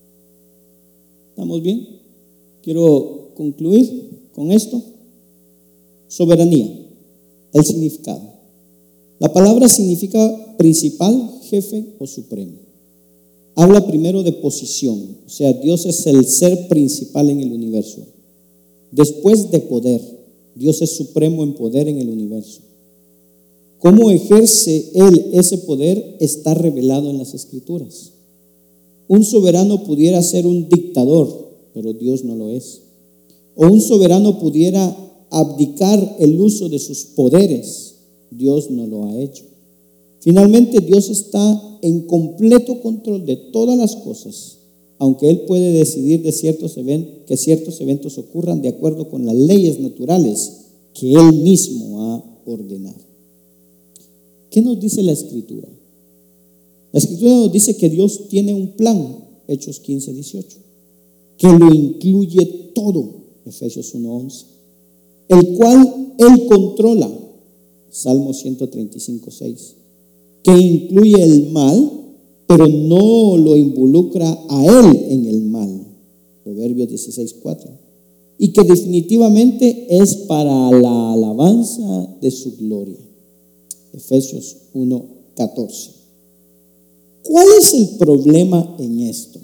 ¿Estamos bien? Quiero concluir con esto. Soberanía. El significado. La palabra significa principal, jefe o supremo. Habla primero de posición, o sea, Dios es el ser principal en el universo. Después de poder, Dios es supremo en poder en el universo. ¿Cómo ejerce Él ese poder? Está revelado en las Escrituras. Un soberano pudiera ser un dictador, pero Dios no lo es. O un soberano pudiera abdicar el uso de sus poderes. Dios no lo ha hecho. Finalmente, Dios está en completo control de todas las cosas, aunque Él puede decidir de ciertos eventos, que ciertos eventos ocurran de acuerdo con las leyes naturales que Él mismo ha ordenado. ¿Qué nos dice la Escritura? La Escritura nos dice que Dios tiene un plan, Hechos quince dieciocho, que lo incluye todo, Efesios uno once, el cual Él controla, Salmo ciento treinta y cinco seis, que incluye el mal, pero no lo involucra a Él en el mal, Proverbios dieciséis cuatro, y que definitivamente es para la alabanza de su gloria, Efesios uno catorce. ¿Cuál es el problema en esto?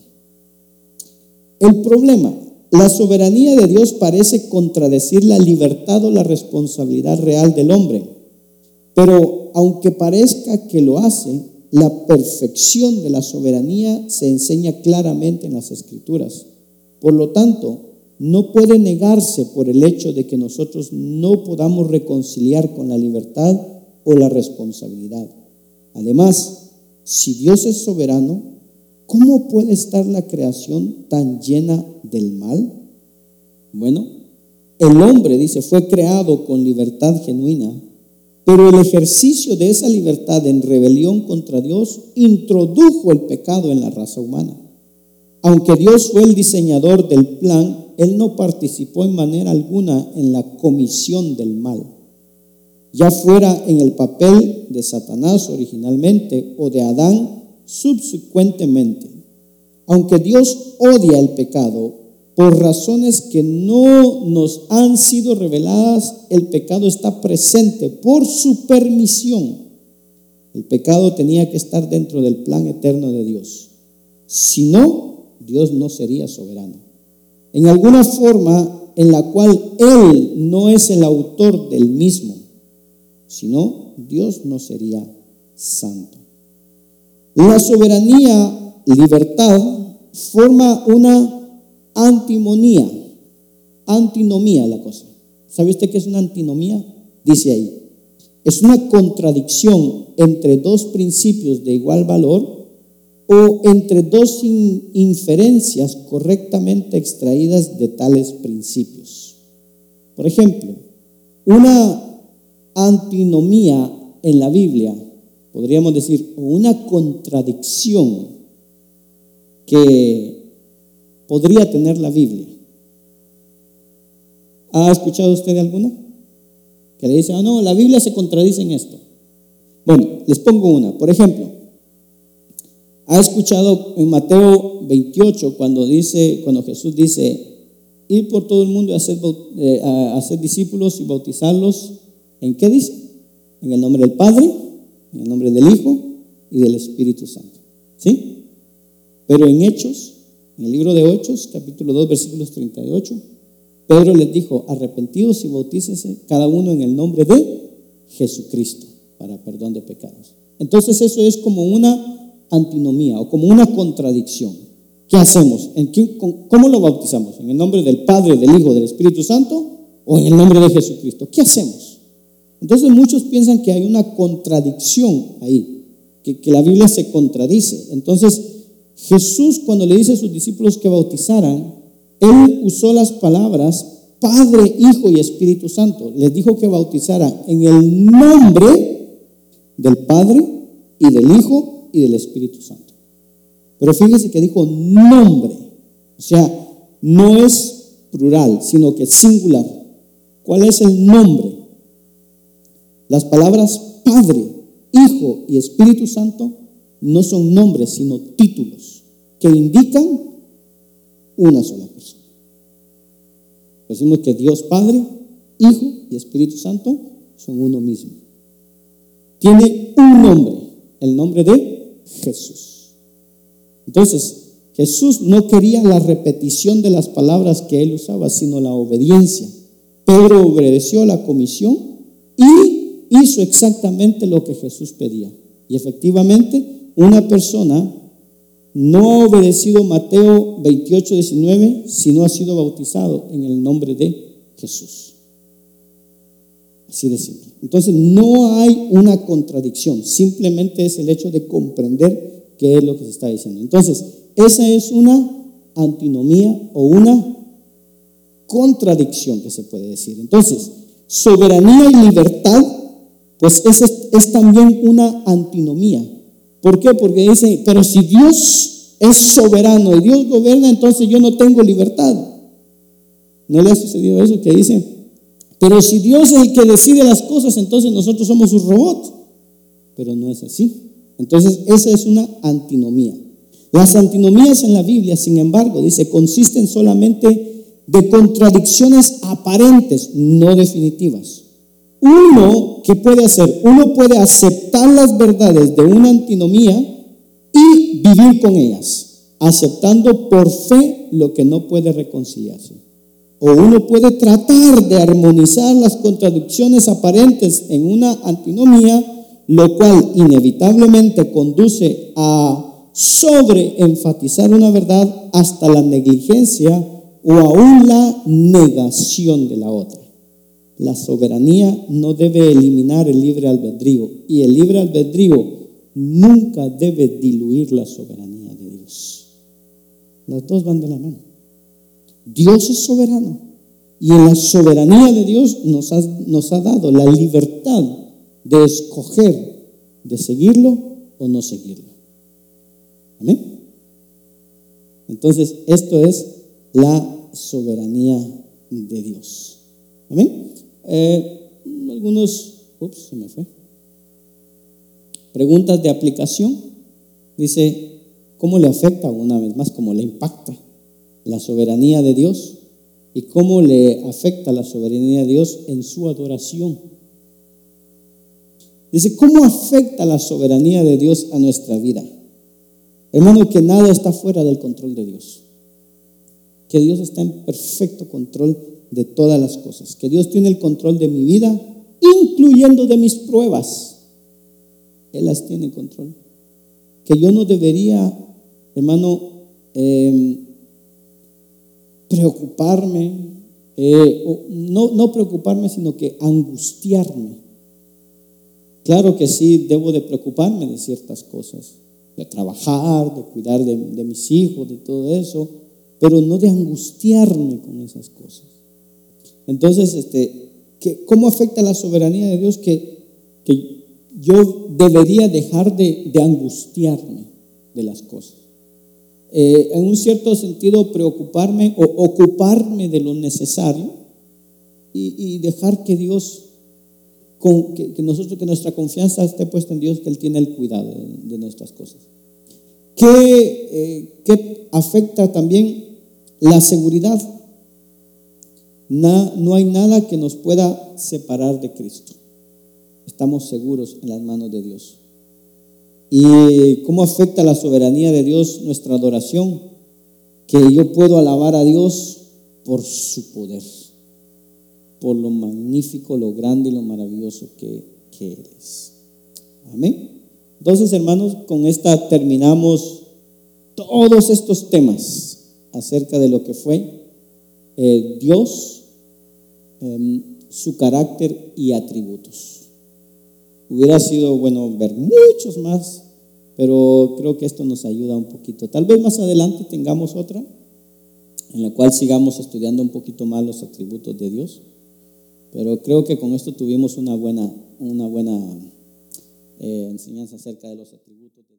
El problema, la soberanía de Dios parece contradecir la libertad o la responsabilidad real del hombre, pero aunque parezca que lo hace, la perfección de la soberanía se enseña claramente en las Escrituras. Por lo tanto, no puede negarse por el hecho de que nosotros no podamos reconciliar con la libertad o la responsabilidad. Además, si Dios es soberano, ¿cómo puede estar la creación tan llena del mal? Bueno, el hombre, dice, fue creado con libertad genuina, pero el ejercicio de esa libertad en rebelión contra Dios introdujo el pecado en la raza humana. Aunque Dios fue el diseñador del plan, Él no participó en manera alguna en la comisión del mal, ya fuera en el papel de Satanás originalmente o de Adán subsecuentemente. Aunque Dios odia el pecado, por razones que no nos han sido reveladas, el pecado está presente por su permisión. El pecado tenía que estar dentro del plan eterno de Dios. Si no, Dios no sería soberano. En alguna forma en la cual Él no es el autor del mismo, sino Dios no sería santo. La soberanía, libertad, forma una antimonía, antinomía la cosa. ¿Sabe usted qué es una antinomía? Dice ahí, es una contradicción entre dos principios de igual valor o entre dos in- inferencias correctamente extraídas de tales principios. Por ejemplo, una antinomía en la Biblia, podríamos decir, una contradicción que podría tener la Biblia. ¿Ha escuchado usted de alguna? Que le dice, ah, no, la Biblia se contradice en esto. Bueno, les pongo una. Por ejemplo, ¿ha escuchado en Mateo veintiocho cuando dice, cuando Jesús dice, ir por todo el mundo y hacer, eh, a hacer discípulos y bautizarlos. ¿En qué dice? En el nombre del Padre, en el nombre del Hijo y del Espíritu Santo. ¿Sí? Pero en Hechos, en el libro de Hechos, capítulo dos, versículos treinta y ocho, Pedro les dijo: arrepentidos y bautícese cada uno en el nombre de Jesucristo para perdón de pecados. Entonces eso es como una antinomía o como una contradicción. ¿Qué hacemos? ¿En qué, ¿Cómo lo bautizamos? ¿En el nombre del Padre, del Hijo, del Espíritu Santo o en el nombre de Jesucristo? ¿Qué hacemos? Entonces muchos piensan que hay una contradicción ahí, que, que la Biblia se contradice. Entonces Jesús, cuando le dice a sus discípulos que bautizaran, Él usó las palabras Padre, Hijo y Espíritu Santo. Les dijo que bautizaran en el nombre del Padre y del Hijo y del Espíritu Santo. Pero fíjese que dijo nombre, o sea, no es plural, sino que es singular. ¿Cuál es el nombre? Las palabras Padre, Hijo y Espíritu Santo no son nombres, sino títulos que indican una sola persona. Decimos que Dios Padre, Hijo y Espíritu Santo son uno mismo. Tiene un nombre, el nombre de Jesús. Entonces, Jesús no quería la repetición de las palabras que él usaba, sino la obediencia. Pedro obedeció la comisión y hizo exactamente lo que Jesús pedía. Y efectivamente, una persona no ha obedecido Mateo veintiocho, diecinueve, si no ha sido bautizado en el nombre de Jesús. Así de simple. Entonces no hay una contradicción, simplemente es el hecho de comprender qué es lo que se está diciendo. Entonces, esa es una antinomía o una contradicción que se puede decir. Entonces, soberanía y libertad, pues esa es, es también una antinomía. ¿Por qué? Porque dice, pero si Dios es soberano y Dios gobierna, entonces yo no tengo libertad. ¿No le ha sucedido eso que dice? Pero si Dios es el que decide las cosas, entonces nosotros somos sus robots. Pero no es así. Entonces esa es una antinomía. Las antinomías en la Biblia, sin embargo, dice, consisten solamente de contradicciones aparentes, no definitivas. Uno, ¿qué puede hacer? Uno puede aceptar las verdades de una antinomía y vivir con ellas, aceptando por fe lo que no puede reconciliarse. O uno puede tratar de armonizar las contradicciones aparentes en una antinomía, lo cual inevitablemente conduce a sobreenfatizar una verdad hasta la negligencia o aún la negación de la otra. La soberanía no debe eliminar el libre albedrío, y el libre albedrío nunca debe diluir la soberanía de Dios. Las dos van de la mano. Dios es soberano, y en la soberanía de Dios nos ha, nos ha dado la libertad de escoger, de seguirlo o no seguirlo. Amén. Entonces, esto es la soberanía de Dios. Amén. Eh, algunos, ups, se me fue. Preguntas de aplicación. Dice, ¿cómo le afecta, una vez más, cómo le impacta la soberanía de Dios? ¿Y cómo le afecta la soberanía de Dios en su adoración? Dice, ¿cómo afecta la soberanía de Dios a nuestra vida? Hermano, que nada está fuera del control de Dios. Que Dios está en perfecto control de todas las cosas. Que Dios tiene el control de mi vida, incluyendo de mis pruebas. Él las tiene en control. Que yo no debería, hermano, eh, preocuparme, eh, o no, no preocuparme, sino que angustiarme. Claro que sí, debo de preocuparme de ciertas cosas, de trabajar, de cuidar de, de mis hijos, de todo eso, pero no de angustiarme con esas cosas. Entonces, este, ¿qué, ¿cómo afecta la soberanía de Dios? Que, que yo debería dejar de, de angustiarme de las cosas. Eh, en un cierto sentido, preocuparme o ocuparme de lo necesario y, y dejar que Dios, con, que, que nosotros, que nuestra confianza esté puesta en Dios, que Él tiene el cuidado de, de nuestras cosas. ¿Qué, eh, ¿Qué afecta también la seguridad? Na, no hay nada que nos pueda separar de Cristo. Estamos seguros en las manos de Dios. ¿Y cómo afecta la soberanía de Dios nuestra adoración? Que yo puedo alabar a Dios por su poder, por lo magnífico, lo grande y lo maravilloso que, que Él es. Amén. Entonces, hermanos, con esta terminamos todos estos temas acerca de lo que fue eh, Dios, eh, su carácter y atributos. Hubiera sido bueno ver muchos más, pero creo que esto nos ayuda un poquito. Tal vez más adelante tengamos otra en la cual sigamos estudiando un poquito más los atributos de Dios, pero creo que con esto tuvimos una buena, una buena eh, enseñanza acerca de los atributos de Dios.